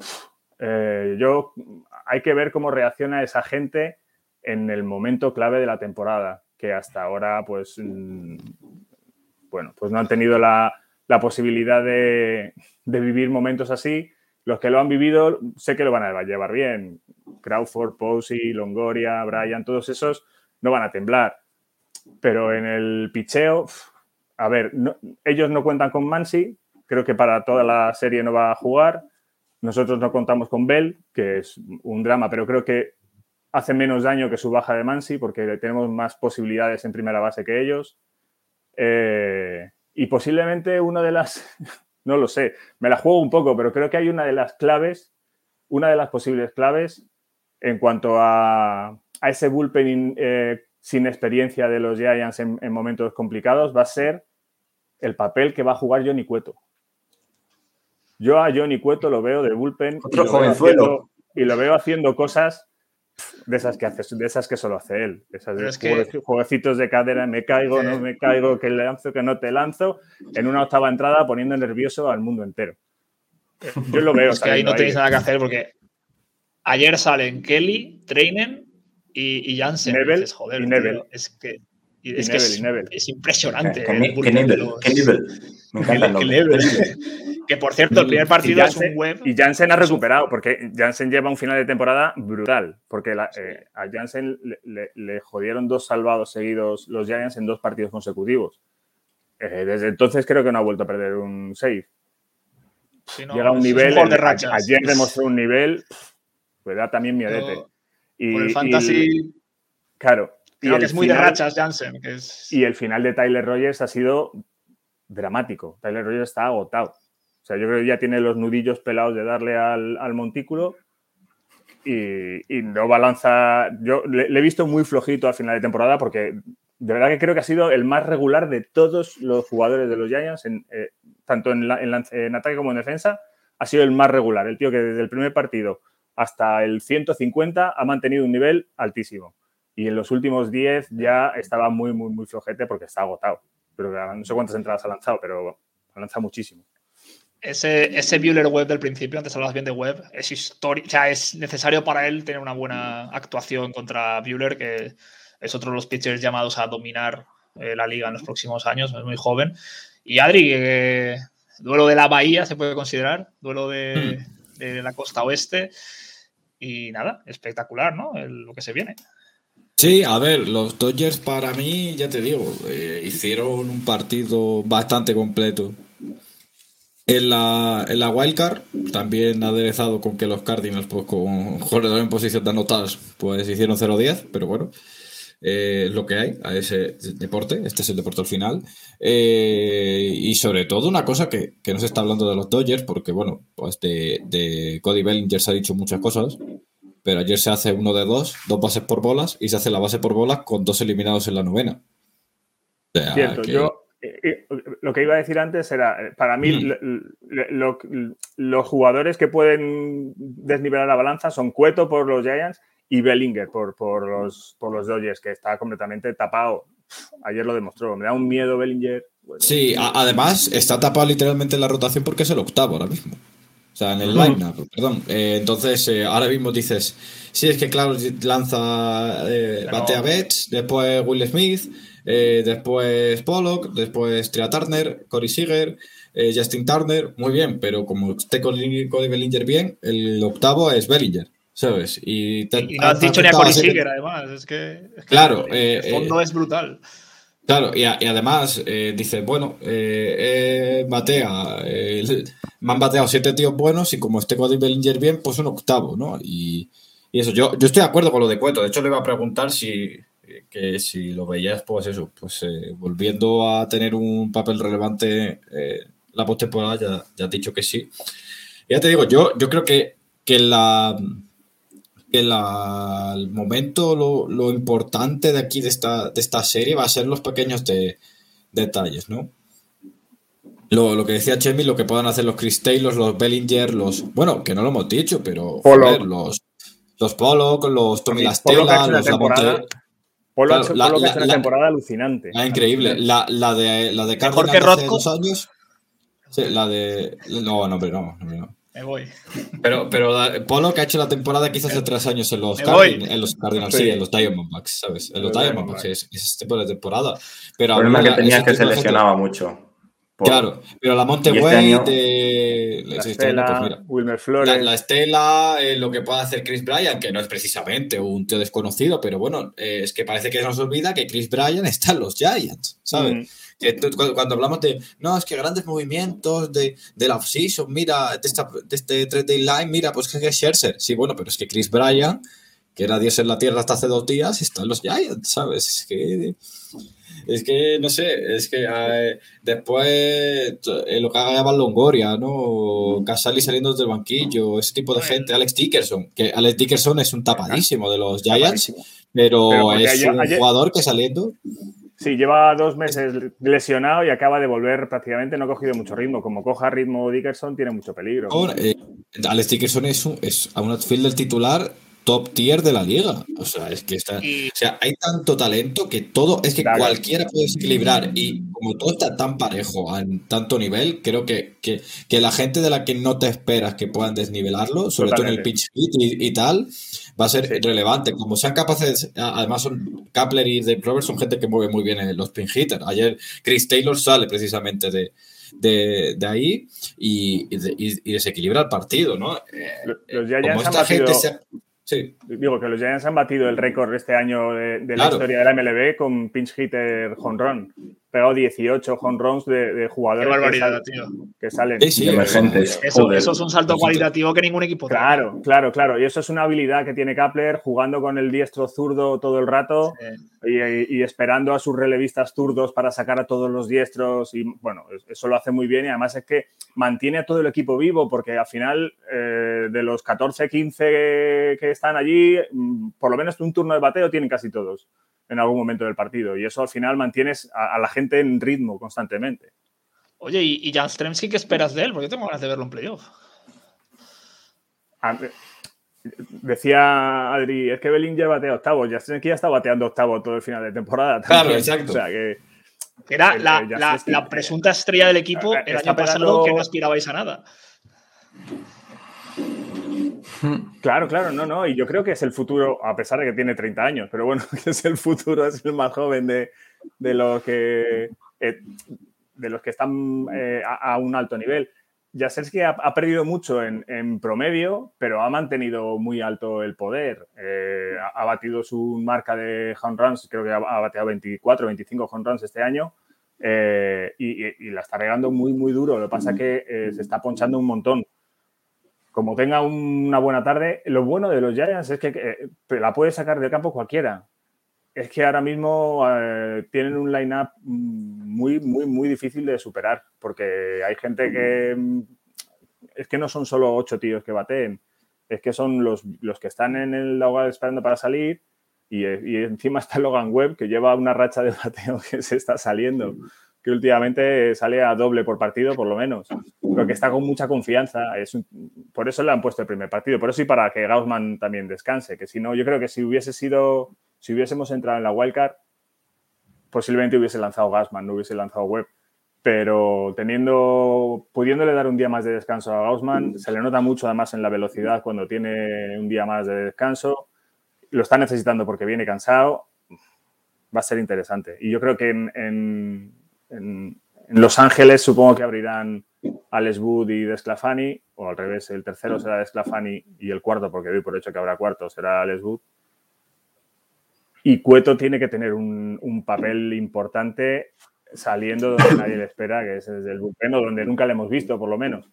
Eh, yo, hay que ver cómo reacciona esa gente en el momento clave de la temporada, que hasta ahora, pues, mmm, bueno, pues no han tenido la, la posibilidad de, de vivir momentos así. Los que lo han vivido sé que lo van a llevar bien. Crawford, Posey, Longoria, Bryan, todos esos no van a temblar. Pero en el picheo, a ver, no, ellos no cuentan con Muncy. Creo que para toda la serie no va a jugar. Nosotros no contamos con Bell, que es un drama, pero creo que hace menos daño que su baja de Muncy porque tenemos más posibilidades en primera base que ellos. Eh, y posiblemente una de las... No lo sé, me la juego un poco, pero creo que hay una de las claves, una de las posibles claves en cuanto a, a ese bullpen eh, sin experiencia de los Giants en, en momentos complicados, va a ser el papel que va a jugar Johnny Cueto. Yo a Johnny Cueto lo veo de bullpen Otro y, lo jovenzuelo. haciendo, y lo veo haciendo cosas de esas que hace, de esas que solo hace él. Esas de que... jueguecitos de cadera, me caigo, no me caigo, que lanzo, que no te lanzo, en una octava entrada poniendo nervioso al mundo entero. Yo lo veo. Es que ahí no tenéis ahí. nada que hacer porque ayer salen Kelly, Treinen y, y Jansen. Nebel, y dices, joder, y Nebel. Tío, es que, y y es, Nebel, que es, y Nebel. es impresionante. ¿Qué, qué, qué nivel? Los... ¿Qué nivel? Me encanta el nombre. Que, por cierto, el primer partido Jansen, es un web. Y Jansen ha recuperado, porque Jansen lleva un final de temporada brutal. Porque la, eh, a Jansen le, le, le jodieron dos salvados seguidos los Giants en dos partidos consecutivos. Eh, desde entonces creo que no ha vuelto a perder un save. Sí, no, Llega a un nivel. Un de el, ayer demostró un nivel, pues da también miedete. No, y por el fantasy. Y, claro. Creo que es muy final, de rachas Jansen. Que es... Y el final de Tyler Rogers ha sido dramático. Tyler Rogers está agotado. O sea, yo creo que ya tiene los nudillos pelados de darle al, al montículo y, y no va a lanzar... Yo le, le he visto muy flojito al final de temporada porque de verdad que creo que ha sido el más regular de todos los jugadores de los Giants, en, eh, tanto en, la, en, la, en ataque como en defensa, ha sido el más regular. El tío que desde el primer partido hasta el ciento cincuenta ha mantenido un nivel altísimo. Y en los últimos diez ya estaba muy, muy, muy flojete porque está agotado. Pero no sé cuántas entradas ha lanzado, pero ha lanzado muchísimo. Ese, ese Buehler Webb del principio, antes hablabas bien de Webb, es histórico, o sea, es necesario para él tener una buena actuación contra Buehler, que es otro de los pitchers llamados a dominar eh, la liga en los próximos años, es muy joven. Y Adri, eh, duelo de la Bahía se puede considerar, duelo de, de la costa oeste, y nada, espectacular, ¿no? El, lo que se viene. Sí, a ver, los Dodgers para mí, ya te digo, eh, hicieron un partido bastante completo. En la, en la wildcard, también aderezado con que los Cardinals, pues con jugadores en posición de anotar, pues hicieron cero diez, pero bueno, eh, es lo que hay a ese deporte, este es el deporte al final. Eh, y sobre todo una cosa que, que no se está hablando de los Dodgers, porque bueno, pues de, de Cody Bellinger se ha dicho muchas cosas, pero ayer se hace uno de dos, dos bases por bolas, y se hace la base por bolas con dos eliminados en la novena. O sea, cierto, que... yo... Lo que iba a decir antes era, para mí, mm. lo, lo, los jugadores que pueden desnivelar la balanza son Cueto por los Giants y Bellinger por, por, los, por los Dodgers, que está completamente tapado. Ayer lo demostró. Me da un miedo Bellinger. Bueno, sí, a, además está tapado literalmente en la rotación porque es el octavo ahora mismo. O sea, en el line-up, perdón. Eh, entonces, eh, ahora mismo dices, sí, es que claro, lanza, eh, batea Betts, después Will Smith, eh, después Pollock, después Trea Turner, Corey Seager, eh, Justin Turner, muy bien, pero como esté Cody Bellinger bien, el octavo es Bellinger, ¿sabes? Y, te, y no has dicho ni a Corey Seager, además, es que, es que claro, el, eh, el fondo eh, es brutal. Claro, y, a, y además eh, dice, bueno, eh, eh, batea, eh, me han bateado siete tíos buenos y como esté Cody Bellinger bien, pues un octavo, ¿no? Y, y eso, yo, yo estoy de acuerdo con lo de Cueto. De hecho, le iba a preguntar si, que si lo veías, pues eso, pues eh, volviendo a tener un papel relevante eh, la postemporada, ya, ya has dicho que sí. Y ya te digo, yo, yo creo que, que la... que la, el momento, lo, lo importante de aquí, de esta, de esta serie, va a ser los pequeños de, detalles, ¿no? Lo, lo que decía Chemi, lo que puedan hacer los Chris Taylor, los Bellinger, los... Bueno, que no lo hemos dicho, pero... Joder, los, los Pollock, los Tommy La Stella, los Lamonte... Pollock claro, la, ha hecho una la, temporada alucinante. La increíble. La, la de, la de Cardinals hace Rosco. dos años... Sí, la de... No, no, pero no, no, no. Me voy. Pero, pero Polo que ha hecho la temporada que hizo hace tres años en los, Cardin, en los Cardinals, sí. sí, en los Diamondbacks, ¿sabes? En los Diamondbacks es, es este tipo de temporada. Pero el problema que tenía es que se lesionaba gente... mucho. Por... Claro, pero la Monte Wade, este año, eh, la Estela, pues mira, Wilmer Flores. La, la Estela, eh, lo que puede hacer Chris Bryant, que no es precisamente un tío desconocido, pero bueno, eh, es que parece que nos olvida que Chris Bryant está en los Giants, ¿sabes? Mm. Que cuando, cuando hablamos de, no, es que grandes movimientos de, de la off-season, mira, de, esta, de este trade deadline, mira, pues que es Scherzer. Sí, bueno, pero es que Chris Bryant, que era Dios en la tierra hasta hace dos días, está en los Giants, ¿sabes? Es que... Es que, no sé, es que eh, después eh, lo que haga Evan Longoria, ¿no? Casali saliendo del banquillo, ese tipo de gente, Alex Dickerson, que Alex Dickerson es un tapadísimo de los Giants, pero, pero es ayer, un ayer, jugador que saliendo... Sí, lleva dos meses lesionado y acaba de volver prácticamente, no ha cogido mucho ritmo. Como coja ritmo Dickerson, tiene mucho peligro. Ahora, eh, Alex Dickerson es, un, es a un outfielder titular top tier de la liga. O sea, es que está. O sea, hay tanto talento que todo. Es que claro. Cualquiera puede desequilibrar. Y como todo está tan parejo en tanto nivel, creo que, que, que la gente de la que no te esperas que puedan desnivelarlo, sobre Totalmente. todo en el pitch hit y, y tal, va a ser sí. relevante. Como sean capaces. Además, son Kapler y Dave Roberts son gente que mueve muy bien los pin hitters. Ayer Chris Taylor sale precisamente de. De, de ahí y, y, de, y desequilibra el partido, ¿no? Los, los Giants han batido, se... sí. Digo que los Giants han batido el récord este año de, de la claro. historia de la M L B con pinch hitter home run. Pegado dieciocho home runs de, de jugadores Qué barbaridad, que, tío. que salen. Sí, sí, emergentes. Eso, eso es un salto cualitativo que ningún equipo tiene. Claro, claro, claro. Y eso es una habilidad que tiene Kapler jugando con el diestro zurdo todo el rato sí. y, y esperando a sus relevistas zurdos para sacar a todos los diestros. Y bueno, eso lo hace muy bien y además es que mantiene a todo el equipo vivo porque al final eh, de los catorce, quince que están allí, por lo menos un turno de bateo tienen casi todos en algún momento del partido y eso al final mantienes a, a la gente en ritmo constantemente. Oye, ¿y, y Jan Stremski qué esperas de él? Porque yo tengo ganas de verlo en playoff. Decía Adri, es que Bellinger batea octavo, Jan Stremski ya está bateando octavo todo el final de temporada. También. Claro, exacto. O sea que... Era el, la, el la, la presunta estrella del equipo el año pasado pegando... que no aspirabais a nada. Claro, claro, no, no, y yo creo que es el futuro, a pesar de que tiene treinta años, pero bueno, que es el futuro, es el más joven de, de los que eh, de los que están eh, a, a un alto nivel. Jaselski ha, ha perdido mucho en, en promedio, pero ha mantenido muy alto el poder. Eh, ha, ha batido su marca de home runs, creo que ha, ha bateado veinticuatro, veinticinco home runs este año eh, y, y, y la está regando muy, muy duro. Lo que pasa es que eh, se está ponchando un montón. Como tenga una buena tarde, lo bueno de los Giants es que eh, la puede sacar del campo cualquiera. Es que ahora mismo eh, tienen un line-up muy, muy, muy difícil de superar, porque hay gente que... Es que no son solo ocho tíos que bateen, es que son los, los que están en el hogar esperando para salir y, y encima está Logan Webb, que lleva una racha de bateo que se está saliendo. que últimamente sale a doble por partido, por lo menos. Pero que está con mucha confianza. Es un, por eso le han puesto el primer partido. Por eso y para que Gaussman también descanse. Que si no, yo creo que si hubiese sido, si hubiésemos entrado en la wildcard, posiblemente hubiese lanzado Gaussman, no hubiese lanzado Webb. Pero teniendo, pudiéndole dar un día más de descanso a Gaussman, se le nota mucho además en la velocidad cuando tiene un día más de descanso. Lo está necesitando porque viene cansado. Va a ser interesante. Y yo creo que en, en, en, en Los Ángeles supongo que abrirán Alex Wood y Desclafani, o al revés, el tercero será Desclafani y el cuarto, porque doy por hecho que habrá cuarto, será Alex Wood. Y Cueto tiene que tener un, un papel importante saliendo donde nadie le espera, que es desde el bullpen, donde nunca le hemos visto, por lo menos.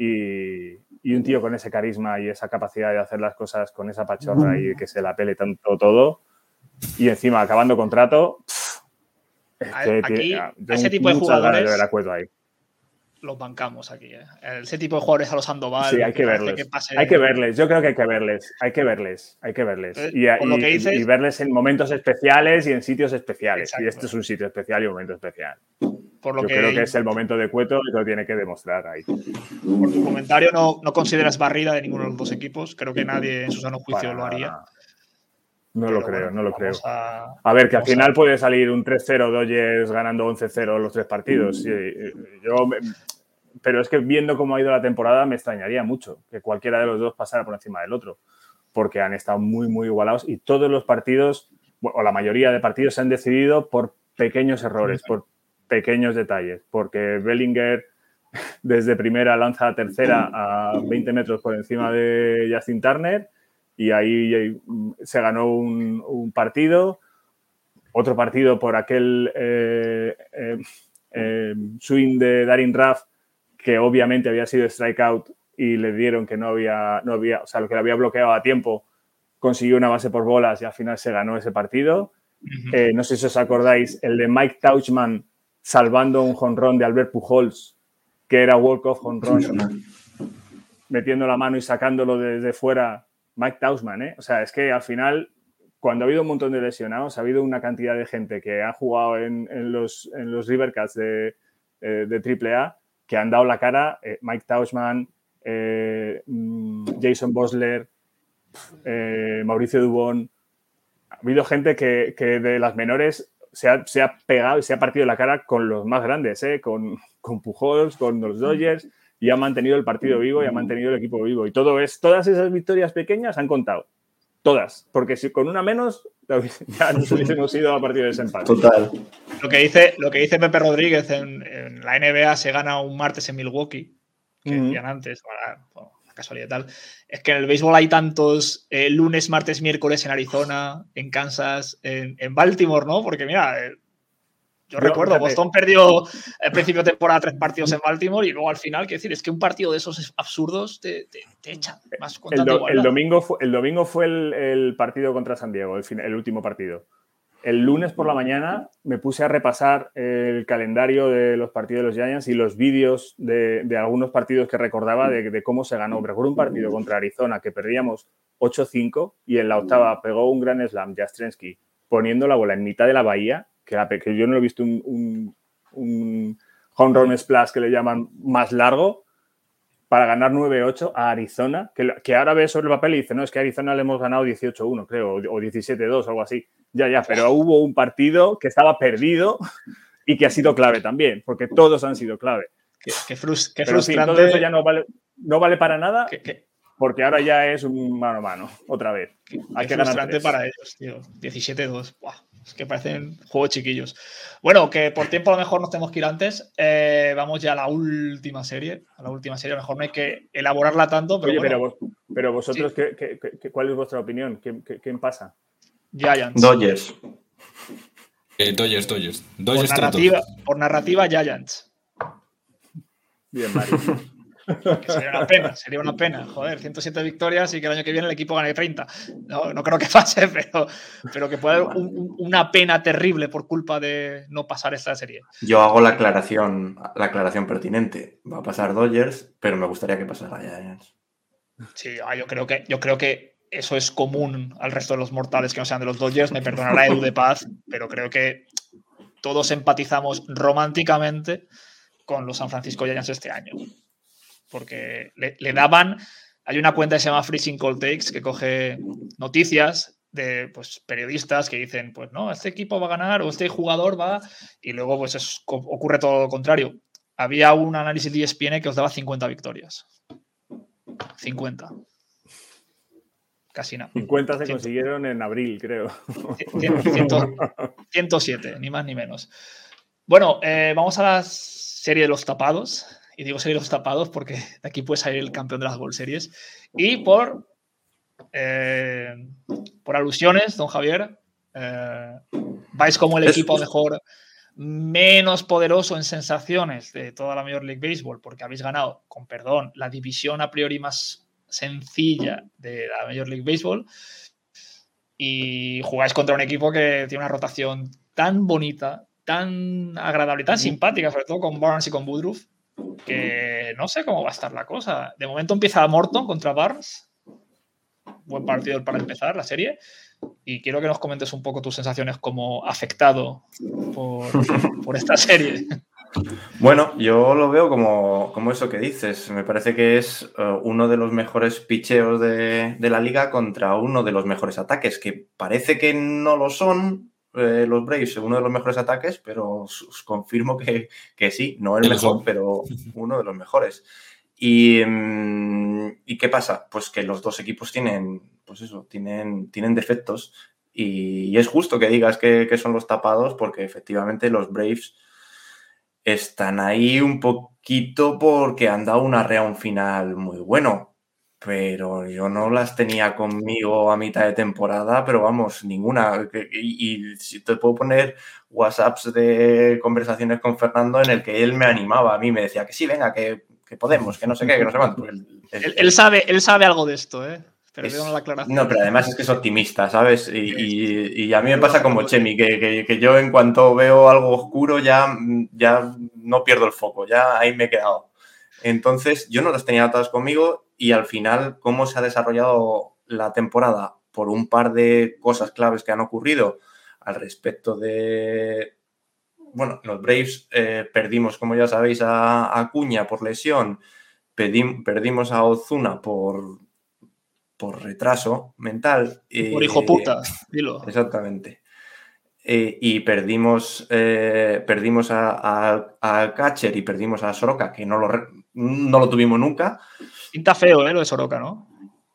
Y, y un tío con ese carisma y esa capacidad de hacer las cosas con esa pachorra y que se la pele tanto todo, y encima acabando contrato, pff, es que aquí, tiene, a ese tipo de jugadores de ver a Cueto ahí. Los bancamos aquí, ¿eh? Ese tipo de jugadores a los Sandoval. Sí, hay que, que verles. Que pase... Hay que verles. Yo creo que hay que verles. Hay que verles. Hay que verles. Eh, y, y, que dices... y verles en momentos especiales y en sitios especiales. Exacto. Y este es un sitio especial y un momento especial. Por lo Yo que... creo que es el momento de Cueto y lo tiene que demostrar ahí. Por tu comentario, no, no consideras barrida de ninguno de los dos equipos. Creo que nadie en su sano juicio Para... lo haría. No Pero lo creo, bueno, no lo creo. A, a ver, que al final a... puede salir un tres cero Dodgers ganando once cero los tres partidos. Sí, yo... Pero es que viendo cómo ha ido la temporada me extrañaría mucho que cualquiera de los dos pasara por encima del otro, porque han estado muy, muy igualados y todos los partidos, o la mayoría de partidos, se han decidido por pequeños errores, por pequeños detalles, porque Bellinger desde primera lanza a tercera a veinte metros por encima de Justin Turner y ahí se ganó un, un partido, otro partido por aquel eh, eh, eh, swing de Darin Raf que obviamente había sido strikeout y le dieron que no había, no había, o sea, lo que le había bloqueado a tiempo, consiguió una base por bolas y al final se ganó ese partido. Uh-huh. Eh, no sé si os acordáis, el de Mike Tauchman salvando un jonrón de Albert Pujols, que era walk-off jonrón, metiendo la mano y sacándolo desde fuera, Mike Tauchman, ¿eh? O sea, es que al final, cuando ha habido un montón de lesionados, ha habido una cantidad de gente que ha jugado en, en los, en los River Cats de, eh, de triple A, que han dado la cara, eh, Mike Tauchman, eh, Jason Bosler, eh, Mauricio Dubón. Ha habido gente que, que de las menores se ha, se ha pegado y se ha partido la cara con los más grandes, eh, con, con Pujols, con los Dodgers, y ha mantenido el partido vivo y ha mantenido el equipo vivo. Y todo es, todas esas victorias pequeñas han contado. Todas. Porque si con una menos, ya nos hubiésemos ido a partido de desempate. Total. Lo que dice, lo que dice Pepe Rodríguez en, en la N B A se gana un martes en Milwaukee, que uh-huh. decían antes, para, bueno, casualidad tal, es que en el béisbol hay tantos eh, lunes, martes, miércoles en Arizona, en Kansas, en, en Baltimore, ¿no? Porque mira, eh, yo, yo recuerdo, fíjate. Boston perdió al principio de temporada tres partidos en Baltimore y luego al final, quiero decir, es que un partido de esos absurdos te, te, te echa. Más el, do, el, domingo fue, el domingo fue el, el partido contra San Diego, el, fin, el último partido. El lunes por la mañana me puse a repasar el calendario de los partidos de los Giants y los vídeos de, de algunos partidos que recordaba de, de cómo se ganó. Recuerdo un partido contra Arizona que perdíamos ocho cinco y en la octava pegó un gran slam, Jastrzemski, poniendo la bola en mitad de la bahía, que, la, que yo no he visto un, un, un home run splash que le llaman más largo, para ganar nueve ocho a Arizona, que, que ahora ve sobre el papel y dice, no, es que a Arizona le hemos ganado dieciocho uno, creo, o diecisiete dos, algo así. Ya, ya, pero hubo un partido que estaba perdido y que ha sido clave también, porque todos han sido clave. Qué, qué, frus, qué pero, frustrante. Sí, todo eso ya no vale, no vale para nada, ¿Qué, qué? porque ahora ya es un mano a mano, otra vez. Qué, Hay qué que frustrante para ellos, tío. diecisiete dos. Buah, es que parecen juegos chiquillos. Bueno, que por tiempo a lo mejor nos tenemos que ir antes. Eh, vamos ya a la última serie. A la última serie, a lo mejor no hay que elaborarla tanto. Pero Oye, bueno. pero, vos, pero vosotros, sí. ¿qué, qué, qué, ¿cuál es vuestra opinión? ¿Quién, qué, ¿Quién pasa? Giants. Dodgers. Eh, Dodgers, Dodgers. Dodgers por, narrativa, por narrativa, Giants. Bien, Mario. Que sería una pena, sería una pena. Joder, ciento siete victorias y que el año que viene el equipo gane treinta. No, no creo que pase, pero, pero que puede haber un, un, una pena terrible por culpa de no pasar esta serie. Yo hago la aclaración, la aclaración pertinente. Va a pasar Dodgers, pero me gustaría que pasara Giants. Sí, yo creo que, yo creo que eso es común al resto de los mortales que no sean de los Dodgers. Me perdonará Edu de Paz, pero creo que todos empatizamos románticamente con los San Francisco Giants este año. Porque le, le daban... Hay una cuenta que se llama Freezing Cold Takes que coge noticias de pues, periodistas que dicen, pues no, este equipo va a ganar o este jugador va... Y luego pues es, ocurre todo lo contrario. Había un análisis de E S P N que os daba cincuenta victorias. cincuenta. Casi nada. cincuenta se cien. Consiguieron en abril, creo. cien, cien, ciento siete, ni más ni menos. Bueno, eh, vamos a la serie de los tapados. Y digo serie de los tapados porque de aquí puede salir el campeón de las World Series. Y por, eh, por alusiones, don Javier, eh, vais como el equipo mejor, menos poderoso en sensaciones de toda la Major League Baseball, porque habéis ganado, con perdón, la división a priori más sencilla de la Major League Baseball y jugáis contra un equipo que tiene una rotación tan bonita, tan agradable, tan simpática, sobre todo con Barnes y con Woodruff, que no sé cómo va a estar la cosa. De momento empieza Morton contra Barnes. Buen partido para empezar la serie. Y quiero que nos comentes un poco tus sensaciones como afectado por, por esta serie. Bueno, yo lo veo como, como eso que dices. Me parece que es uh, uno de los mejores picheos de, de la liga contra uno de los mejores ataques, que parece que no lo son eh, los Braves, uno de los mejores ataques, pero os, os confirmo que, que sí, no el mejor, pero uno de los mejores. Y, ¿Y qué pasa? Pues que los dos equipos tienen, pues eso, tienen, tienen defectos y, y es justo que digas que, que son los tapados porque efectivamente los Braves están ahí un poquito porque han dado un arrea a un final muy bueno, pero yo no las tenía conmigo a mitad de temporada, pero vamos, ninguna. Y, y si te puedo poner WhatsApps de conversaciones con Fernando en el que él me animaba a mí, me decía que sí, venga, que, que podemos, que no sé qué, que no sé cuánto. El, el, él, él, sabe, él sabe algo de esto, ¿eh? Pero es, la aclaración. No, pero además es que es optimista, ¿sabes? Y, y, y a mí me pasa como Chemi, que, que, que yo en cuanto veo algo oscuro ya, ya no pierdo el foco, ya ahí me he quedado. Entonces, yo no las tenía todas conmigo y al final, cómo se ha desarrollado la temporada por un par de cosas claves que han ocurrido al respecto de... Bueno, los Braves eh, perdimos, como ya sabéis, a Acuña por lesión, Pedim, perdimos a Ozuna por... por retraso mental. Por eh, hijo puta, dilo. Exactamente. Eh, y perdimos eh, perdimos a, a, a Catcher y perdimos a Soroka, que no lo, no lo tuvimos nunca. Pinta feo, ¿eh? Lo de Soroka, ¿no?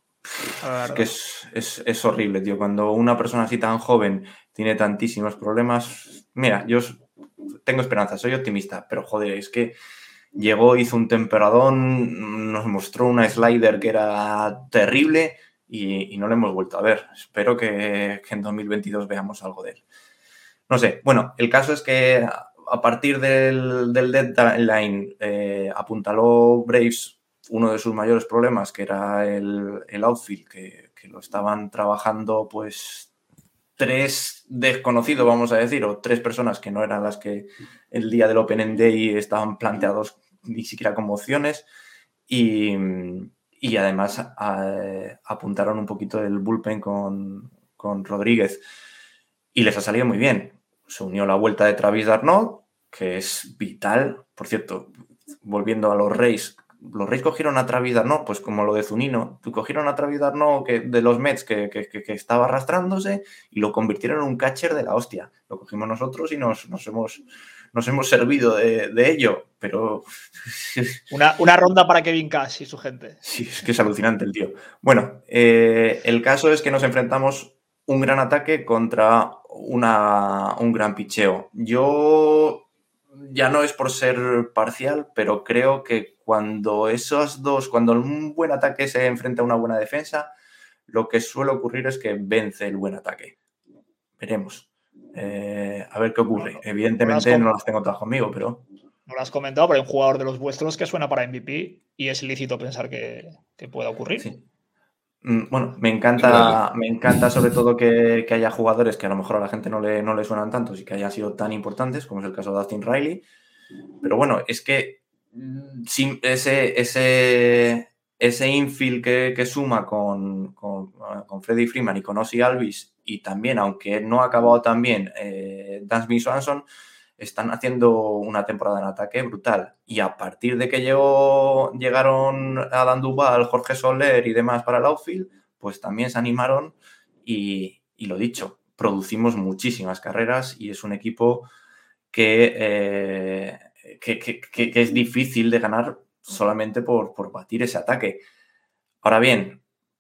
Es que es, es, es horrible, tío. Cuando una persona así tan joven tiene tantísimos problemas... Mira, yo tengo esperanza, soy optimista, pero joder, es que llegó, hizo un temporadón, nos mostró una slider que era terrible y, y no le hemos vuelto a ver. Espero que, que en dos mil veintidós veamos algo de él. No sé, bueno, el caso es que a partir del, del deadline eh, apuntaló Braves uno de sus mayores problemas, que era el, el outfield, que, que lo estaban trabajando pues tres desconocidos, vamos a decir, o tres personas que no eran las que el día del Opening Day estaban planteados ni siquiera como opciones y, y además a, apuntaron un poquito el bullpen con, con Rodríguez y les ha salido muy bien. Se unió la vuelta de Travis d'Arnaud, que es vital. Por cierto, volviendo a los Rays, los Rays cogieron a Travis d'Arnaud, pues como lo de Zunino, cogieron a Travis d'Arnaud que, de los Mets que, que, que estaba arrastrándose y lo convirtieron en un catcher de la hostia. Lo cogimos nosotros y nos, nos, hemos, nos hemos servido de, de ello, pero... Una, una ronda para Kevin Cash y su gente. Sí, es que es alucinante el tío. Bueno, eh, el caso es que nos enfrentamos un gran ataque contra una, un gran picheo. Yo... Ya no es por ser parcial, pero creo que cuando esos dos, cuando un buen ataque se enfrenta a una buena defensa, lo que suele ocurrir es que vence el buen ataque. Veremos. Eh, a ver qué ocurre. No, no, Evidentemente no, no las tengo todas conmigo, pero... No lo has comentado, pero hay un jugador de los vuestros que suena para M V P y es lícito pensar que, que pueda ocurrir. Sí. Bueno, me encanta, me encanta sobre todo que, que haya jugadores que a lo mejor a la gente no le, no le suenan tantos y que hayan sido tan importantes, como es el caso de Dustin Riley. Pero bueno, es que sin ese, ese, ese infield que, que suma con, con, con Freddie Freeman y con Ozzie Albies, y también, aunque no ha acabado tan bien, eh, Dansby Swanson, están haciendo una temporada en ataque brutal. Y a partir de que llegó, llegaron Adam Duval, Jorge Soler y demás para el outfield, pues también se animaron y, y lo dicho, producimos muchísimas carreras y es un equipo que, eh, que, que, que, que es difícil de ganar solamente por, por batir ese ataque. Ahora bien,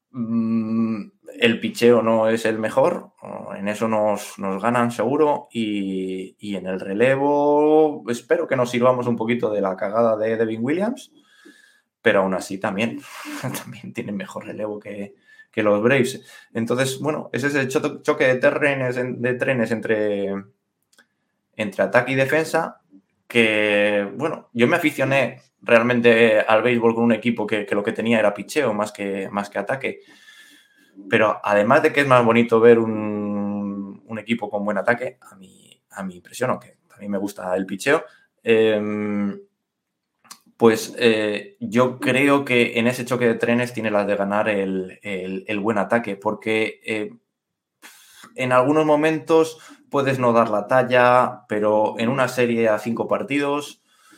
el picheo no es el mejor, en eso nos, nos ganan seguro y, y en el relevo espero que nos sirvamos un poquito de la cagada de Devin Williams, pero aún así también, también tienen mejor relevo que, que los Braves. Entonces, bueno, ese es el cho- choque de trenes, de trenes entre, entre ataque y defensa que, bueno, yo me aficioné realmente al béisbol con un equipo que, que lo que tenía era picheo más que, más que ataque. Pero además de que es más bonito ver un, un equipo con buen ataque, a mi, a mi impresión, aunque a mí me gusta el picheo, eh, pues eh, yo creo que en ese choque de trenes tiene las de ganar el, el, el buen ataque, porque eh, en algunos momentos puedes no dar la talla, pero en una serie a cinco partidos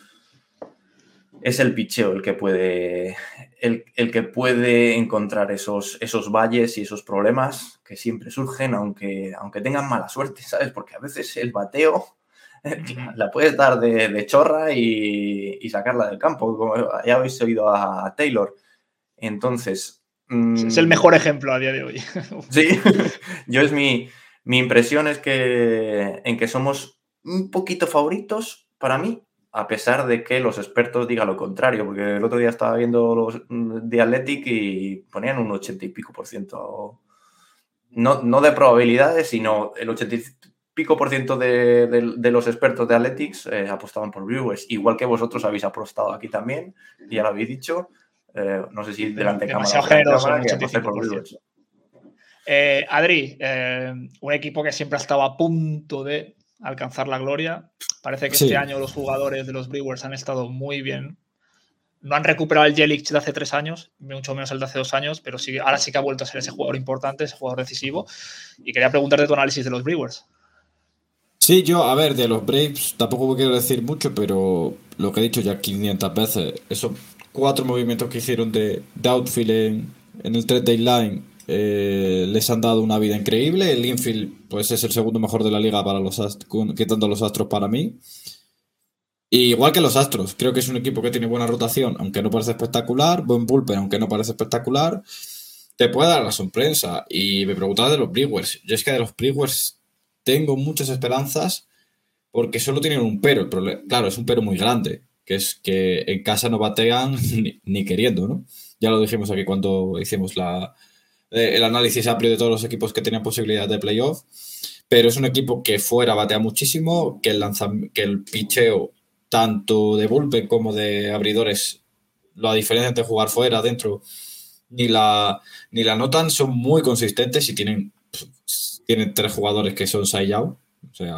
es el picheo el que puede, el, el que puede encontrar esos, esos valles y esos problemas que siempre surgen, aunque, aunque tengan mala suerte, ¿sabes? Porque a veces el bateo la puedes dar de, de chorra y, y sacarla del campo, como ya habéis oído a, a Taylor. Entonces... Mmm, es el mejor ejemplo a día de hoy. Sí, yo es mi, mi impresión es que en que somos un poquito favoritos para mí, a pesar de que los expertos digan lo contrario, porque el otro día estaba viendo los The Athletic y ponían un ochenta y pico por ciento, no, no de probabilidades, sino el ochenta y pico por ciento de, de, de los expertos de Athletics eh, apostaban por Brewers, igual que vosotros habéis apostado aquí también, y ya lo habéis dicho, eh, no sé si delante de cámara. Demasiado generoso, cámara, ochenta y cinco por ciento. Eh, Adri, eh, un equipo que siempre ha estado a punto de alcanzar la gloria. Parece que sí. Este año los jugadores de los Brewers han estado muy bien. No han recuperado el Yelich de hace tres años, mucho menos el de hace dos años, pero sí, ahora sí que ha vuelto a ser ese jugador importante, ese jugador decisivo. Y quería preguntarte tu análisis de los Brewers. Sí, yo, a ver, de los Braves tampoco quiero decir mucho, pero lo que he dicho ya quinientas veces, esos cuatro movimientos que hicieron de, de outfield en, en el trade deadline eh, les han dado una vida increíble. El infield pues es el segundo mejor de la liga para los astros, quitando los Astros para mí. Y igual que los Astros, creo que es un equipo que tiene buena rotación, aunque no parece espectacular, buen bullpen, aunque no parece espectacular, te puede dar la sorpresa. Y me preguntaba de los Brewers. Yo es que de los Brewers tengo muchas esperanzas porque solo tienen un pero. El problema, claro, es un pero muy grande, que es que en casa no batean ni, ni queriendo, ¿no? Ya lo dijimos aquí cuando hicimos la, eh, el análisis amplio de todos los equipos que tenían posibilidad de playoff, pero es un equipo que fuera batea muchísimo, que el, lanzam- que el picheo tanto de bullpen como de abridores, la diferencia entre jugar fuera, adentro, ni la, ni la notan, son muy consistentes y tienen, tienen tres jugadores que son Cy Young, o sea,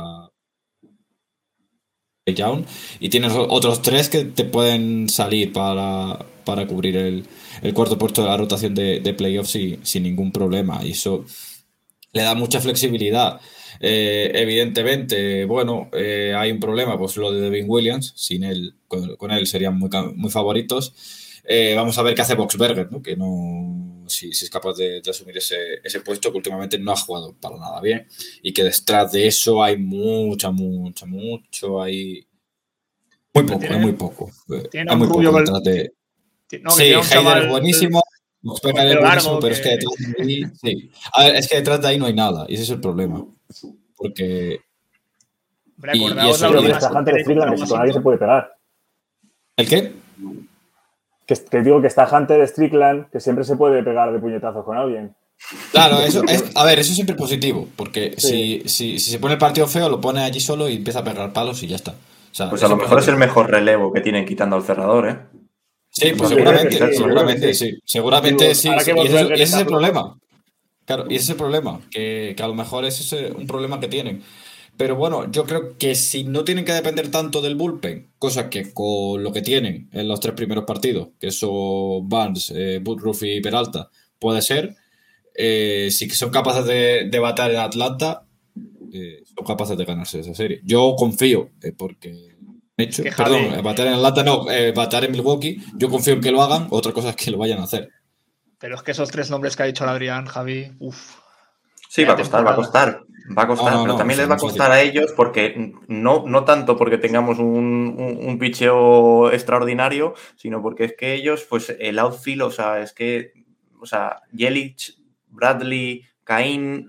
Cy Young, y tienes otros tres que te pueden salir para, para cubrir el, el cuarto puesto de la rotación de, de playoffs sin, sin ningún problema, y eso le da mucha flexibilidad. Eh, evidentemente, bueno, eh, hay un problema, pues lo de Devin Williams, sin él, con, con él serían muy, muy favoritos. Eh, vamos a ver qué hace Boxberger, ¿no? Que no, si, si es capaz de, de asumir ese, ese puesto que últimamente no ha jugado para nada bien, y que detrás de eso hay mucha, mucha, mucho, hay muy poco, tiene, hay muy poco. Tiene hay un muy rubio poco detrás de... No, sí, Heider es buenísimo. Boxberger es buenísimo, pero que... es que detrás de ahí, sí. A ver, es que detrás de ahí no hay nada, y ese es el problema. Porque. Recordaos la última está Hunter Strickland, que con nadie se puede pegar. ¿El qué? Que, que digo que está Hunter Strickland, que siempre se puede pegar de puñetazos con alguien. Claro, eso es, a ver, eso es siempre positivo, porque sí. si, si, si se pone el partido feo, lo pone allí solo y empieza a pegar palos y ya está. O sea, pues a lo mejor es el mejor relevo que tienen quitando al cerrador, ¿eh? Sí, pues seguramente, sí, seguramente sí. sí. Seguramente sí. sí. Y, eso, y ese es el problema. Claro, y ese es el problema, que, que a lo mejor ese es un problema que tienen. Pero bueno, yo creo que si no tienen que depender tanto del bullpen, cosa que con lo que tienen en los tres primeros partidos, que son Barnes, eh, Woodruff y Peralta, puede ser, eh, si son capaces de, de bater en Atlanta, eh, son capaces de ganarse esa serie. Yo confío, eh, porque hecho, que perdón, Javi, batar en Atlanta no, eh, batar en Milwaukee, yo confío en que lo hagan, otra cosa es que lo vayan a hacer. pero es que esos tres nombres que ha dicho el Adrián, Javi, uff. Sí, va a costar, va a costar, va a costar, No, no, pero no, también o sea, les va a no es costar fácil. a ellos porque no, no tanto porque tengamos un, un, un picheo extraordinario, sino porque es que ellos, pues el outfield, o sea, es que, o sea, Yelich, Bradley, Caín,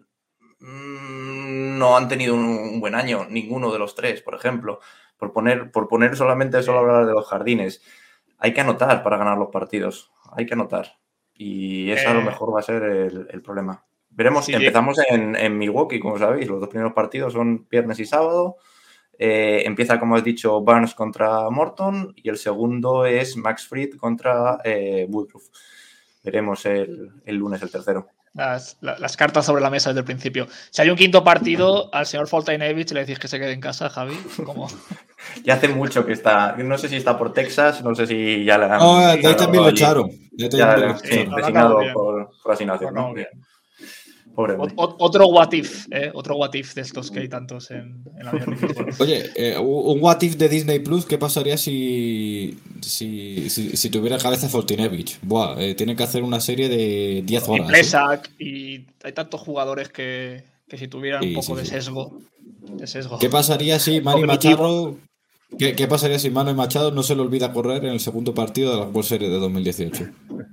mmm, no han tenido un, un buen año, ninguno de los tres, por ejemplo, por poner, por poner solamente solo hablar de los jardines. Hay que anotar para ganar los partidos, hay que anotar. Y ese a lo Eh, mejor va a ser el, el problema. Veremos, sí, empezamos en, en Milwaukee, como sabéis, los dos primeros partidos son viernes y sábado. Eh, empieza, como he dicho, Barnes contra Morton y el segundo es Max Fried contra eh, Woodruff. Veremos el, el lunes el tercero. Las, las cartas sobre la mesa desde el principio. Si hay un quinto partido, al señor Foltynewicz le decís que se quede en casa, Javi. ¿Cómo? Ya hace mucho que está, no sé si está por Texas, no sé si ya le han... No, de ahí han también lo allí. echaron. De ahí Ya, también lo sí, echaron. no, no designado acabó bien. por, por asignación, No, ¿no? no, bien. Pobre Ot- hombre. ot- otro what if, ¿eh? Otro what if de estos que hay tantos en, en la Major League Baseball. Oye, eh, un what if de Disney Plus, ¿qué pasaría si si, si, si tuviera cabeza Foltynewicz? Buah, eh, tiene que hacer una serie de diez Y horas. ¿eh? Plesak, y hay tantos jugadores que, que si tuvieran un Sí, poco sí, de sí. sesgo, de sesgo. ¿Qué pasaría si Manny cognitivo. Machado ¿qué, qué pasaría si Manny Machado no se le olvida correr en el segundo partido de la World Series de dos mil dieciocho?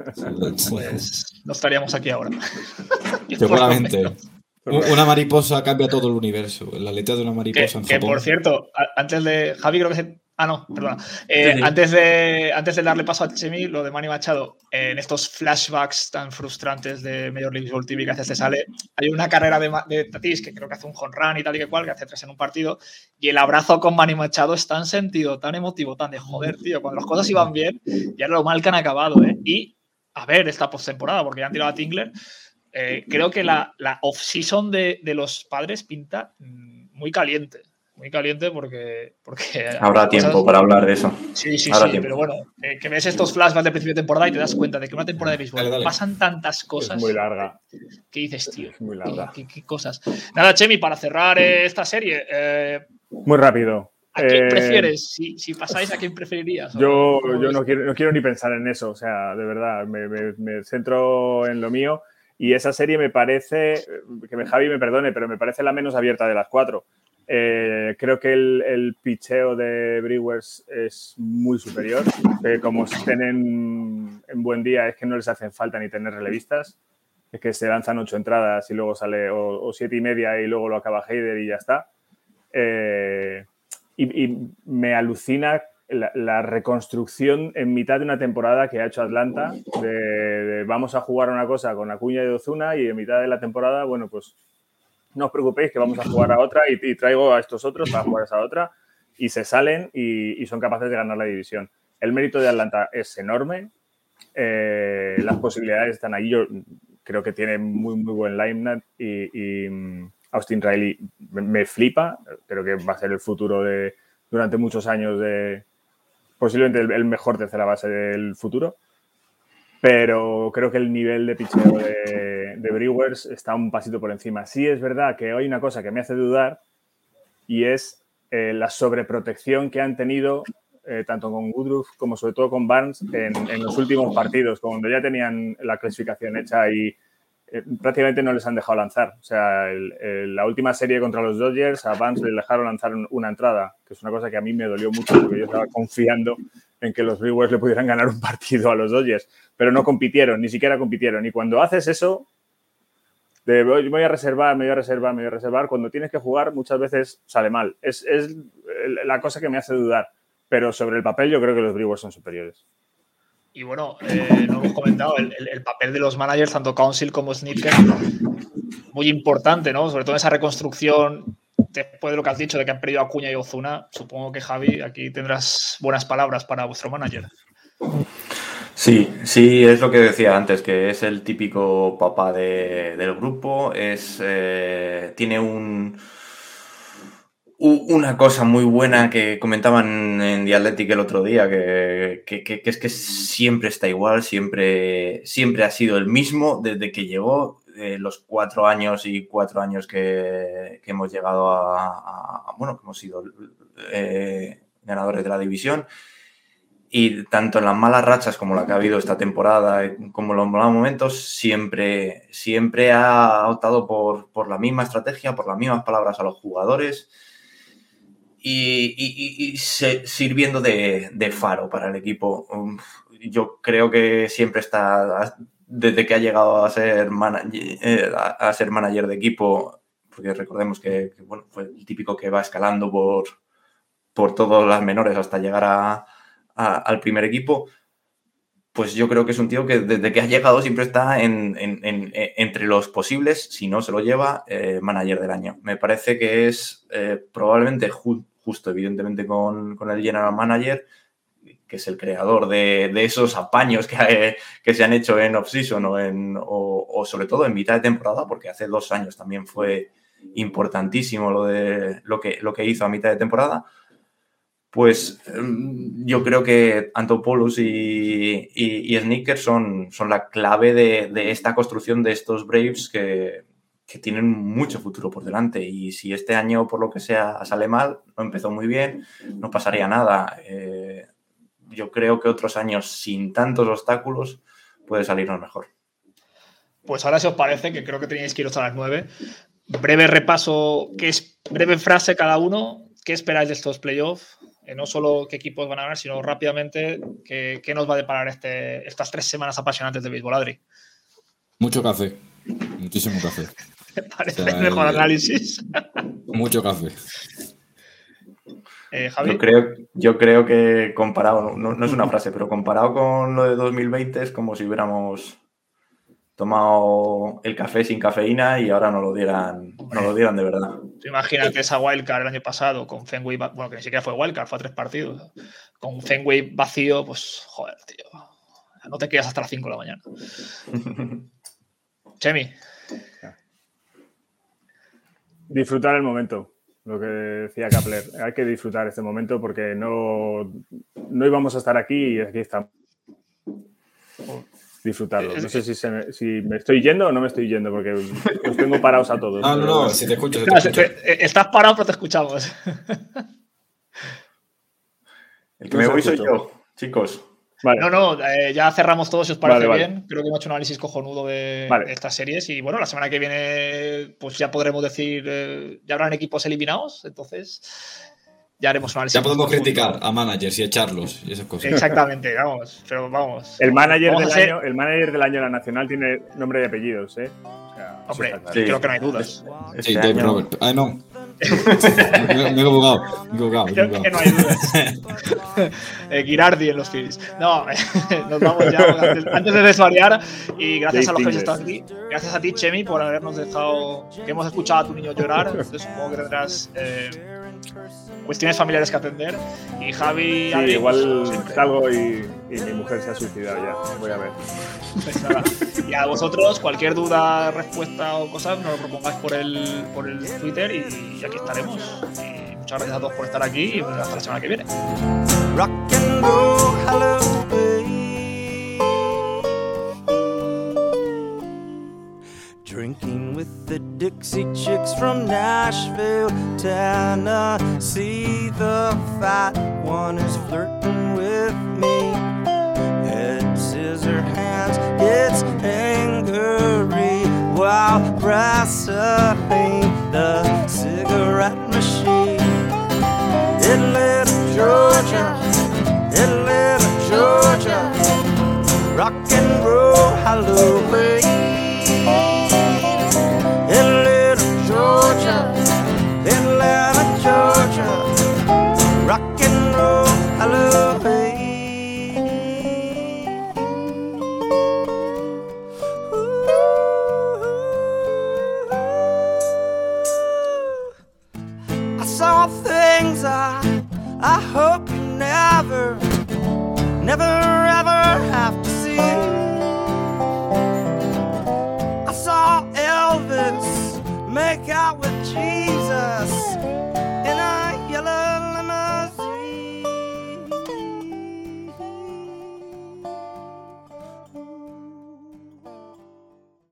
Pues no estaríamos aquí ahora. Seguramente. Una mariposa cambia todo el universo. La letra de una Que, mariposa en que Japón. por cierto, a- antes de. Javi, creo que se. Ah, no, perdona. Eh, Sí, sí. Antes, de, antes de darle paso a Chemi, lo de Manny Machado, eh, en estos flashbacks tan frustrantes de Major League Baseball T V que hace se sale, hay una carrera de, Ma- de Tatis que creo que hace un home run y tal y que cual, que hace tres en un partido, y el abrazo con Manny Machado es tan sentido, tan emotivo, tan de joder, tío, cuando las cosas iban bien, ya lo mal que han acabado, ¿eh? Y a ver esta postemporada, porque ya han tirado a Tingler. Eh, creo que la, la off-season de, de los Padres pinta mm, muy caliente. Muy caliente porque. porque Habrá tiempo cosas... para hablar de eso. Sí, sí, Habrá sí, tiempo. pero bueno, eh, que ves estos flashbacks de principio de temporada y te das cuenta de que una temporada de béisbol Dale, dale. pasan tantas cosas. Es muy larga. ¿Qué dices, tío? Es muy larga. ¿Qué, qué, qué cosas? Nada, Chemi, para cerrar eh, esta serie, eh, Muy rápido. ¿a quién Eh, prefieres? Si, si pasáis, ¿a quién preferirías? Yo, ¿Cómo yo ves? no, quiero, no quiero ni pensar en eso, o sea, de verdad, me, me, me centro en lo mío y esa serie me parece, que me, Javi me perdone, pero me parece la menos abierta de las cuatro. Eh, creo que el, el picheo de Brewers es muy superior, eh, como estén en, en buen día es que no les hacen falta ni tener relevistas, es que se lanzan ocho entradas y luego sale, o, o siete y media y luego lo acaba Heider y ya está. Eh, y, y me alucina la, la reconstrucción en mitad de una temporada que ha hecho Atlanta, de, de vamos a jugar una cosa con Acuña y Ozuna y en mitad de la temporada, bueno, pues no os preocupéis que vamos a jugar a otra y, y traigo a estos otros para jugar a esa otra y se salen y, y son capaces de ganar la división. El mérito de Atlanta es enorme, eh, las posibilidades están ahí, yo creo que tiene muy, muy buen line-up y, y Austin Riley me, me flipa, creo que va a ser el futuro de durante muchos años de posiblemente el, el mejor tercera base del futuro, pero creo que el nivel de picheo de, de Brewers está un pasito por encima. Sí es verdad que hay una cosa que me hace dudar y es eh, la sobreprotección que han tenido eh, tanto con Woodruff como sobre todo con Barnes en, en los últimos partidos, cuando ya tenían la clasificación hecha y eh, prácticamente no les han dejado lanzar. O sea, el, el, la última serie contra los Dodgers a Barnes le dejaron lanzar una entrada, que es una cosa que a mí me dolió mucho porque yo estaba confiando en que los Brewers le pudieran ganar un partido a los Dodgers, pero no compitieron, ni siquiera compitieron. Y cuando haces eso, de me voy a reservar, me voy a reservar, me voy a reservar, cuando tienes que jugar muchas veces sale mal. Es, es la cosa que me hace dudar, pero sobre el papel yo creo que los Brewers son superiores. Y bueno, eh, no hemos comentado, el, el, el papel de los managers, tanto Council como Snitker, muy importante, ¿no? Sobre todo en esa reconstrucción, después de lo que has dicho, de que han perdido a Acuña y Ozuna. Supongo que, Javi, aquí tendrás buenas palabras para vuestro manager. Sí, sí, es lo que decía antes, que es el típico papá de, del grupo, es eh, tiene un... Una cosa muy buena que comentaban en The Athletic el otro día, que, que, que es que siempre está igual, siempre, siempre ha sido el mismo desde que llegó. eh, los cuatro años y cuatro años que, que hemos llegado a, a, a, bueno, que hemos sido eh, ganadores de la división. Y tanto en las malas rachas como la que ha habido esta temporada, como en los malos momentos, siempre, siempre ha optado por, por la misma estrategia, por las mismas palabras a los jugadores y, y, y se, sirviendo de, de faro para el equipo. Yo creo que siempre está, desde que ha llegado a ser manager, a ser manager de equipo, porque recordemos que, que bueno, fue el típico que va escalando por, por todas las menores hasta llegar a A, al primer equipo, pues yo creo que es un tío que desde que ha llegado siempre está en, en, en, en, entre los posibles, si no se lo lleva, eh, manager del año. Me parece que es eh, probablemente ju- justo, evidentemente, con, con el general manager, que es el creador de, de esos apaños que, eh, que se han hecho en off-season o, en, o, o sobre todo en mitad de temporada, porque hace dos años también fue importantísimo lo, de, lo, que, lo que hizo a mitad de temporada. Pues yo creo que Antopoulos y, y, y Sneakers son, son la clave de, de esta construcción de estos Braves que, que tienen mucho futuro por delante. Y si este año, por lo que sea, sale mal, no empezó muy bien, no pasaría nada. Eh, yo creo que otros años sin tantos obstáculos puede salirnos mejor. Pues ahora, si os parece, que creo que teníais que iros a las nueve. Breve repaso, que es breve frase cada uno. ¿Qué esperáis de estos playoffs? Eh, no solo qué equipos van a ganar, sino rápidamente qué, qué nos va a deparar este, estas tres semanas apasionantes de béisbol, Adri. Mucho café, muchísimo café. Me parece o sea, el mejor el, análisis. Mucho café. Eh, Javi. Yo creo, yo creo que comparado, no, no es una frase, pero comparado con lo de dos mil veinte es como si hubiéramos tomado el café sin cafeína y ahora nos lo dieran, nos lo dieran de verdad. Imagínate esa wildcard el año pasado con Fenway, bueno, que ni siquiera fue wildcard, fue a tres partidos. Con Fenway vacío, pues joder, tío. No te quedas hasta las cinco de la mañana. Chemi. Disfrutar el momento, lo que decía Kapler. Hay que disfrutar este momento porque no, no íbamos a estar aquí y aquí estamos. Disfrutarlo. No sé si, se me, si me estoy yendo o no me estoy yendo, porque os tengo parados a todos. No, no, no, si te escucho, si te escucho. Estás parado, pero te escuchamos. El que me voy soy yo, chicos. Vale. No, no, eh, ya cerramos todo, si os parece vale, bien. vale. Creo que hemos hecho un análisis cojonudo de, vale. de estas series. Y bueno, la semana que viene, pues ya podremos decir, eh, ya habrán equipos eliminados, entonces ya haremos un análisis. Ya podemos criticar a managers y echarlos y esas cosas. Exactamente, vamos, pero vamos. El manager, vamos del ser... año, el manager del año de la Nacional tiene nombre y apellidos, ¿eh? O sea, hombre, claro. sí. Creo que no hay dudas. Este sí, Dave año... Robert. Ah, no. me, me he equivocado, me he equivocado. Creo que no hay dudas. eh, Girardi en los Phillies. No, nos vamos ya antes, antes de desvariar. Y gracias Dave a los que están aquí. Gracias a ti, Chemi, por habernos dejado. Que hemos escuchado a tu niño llorar. Entonces supongo que tendrás eh, cuestiones familiares que atender. Y Javi. Sí, Adri, igual salgo y, y mi mujer se ha suicidado ya. Voy a ver. Pues nada. Y a vosotros, cualquier duda, respuesta o cosas, nos lo propongáis por el, por el Twitter y aquí estaremos. Y muchas gracias a todos por estar aquí y hasta la semana que viene. Rock and roll, hello, babe. Drinking with the Dixie Chicks from Nashville, Tennessee. The fat one is flirting with me. Head, scissor hands, it's angry while wrestling the cigarette machine. Atlanta, Georgia, Atlanta, Georgia, rock and roll, Halloween. Atlanta, Georgia, Atlanta, Georgia, rock and roll, Halloween. I saw things I, I hope you never, never ever have to see. I saw Elvis make out with Jesus.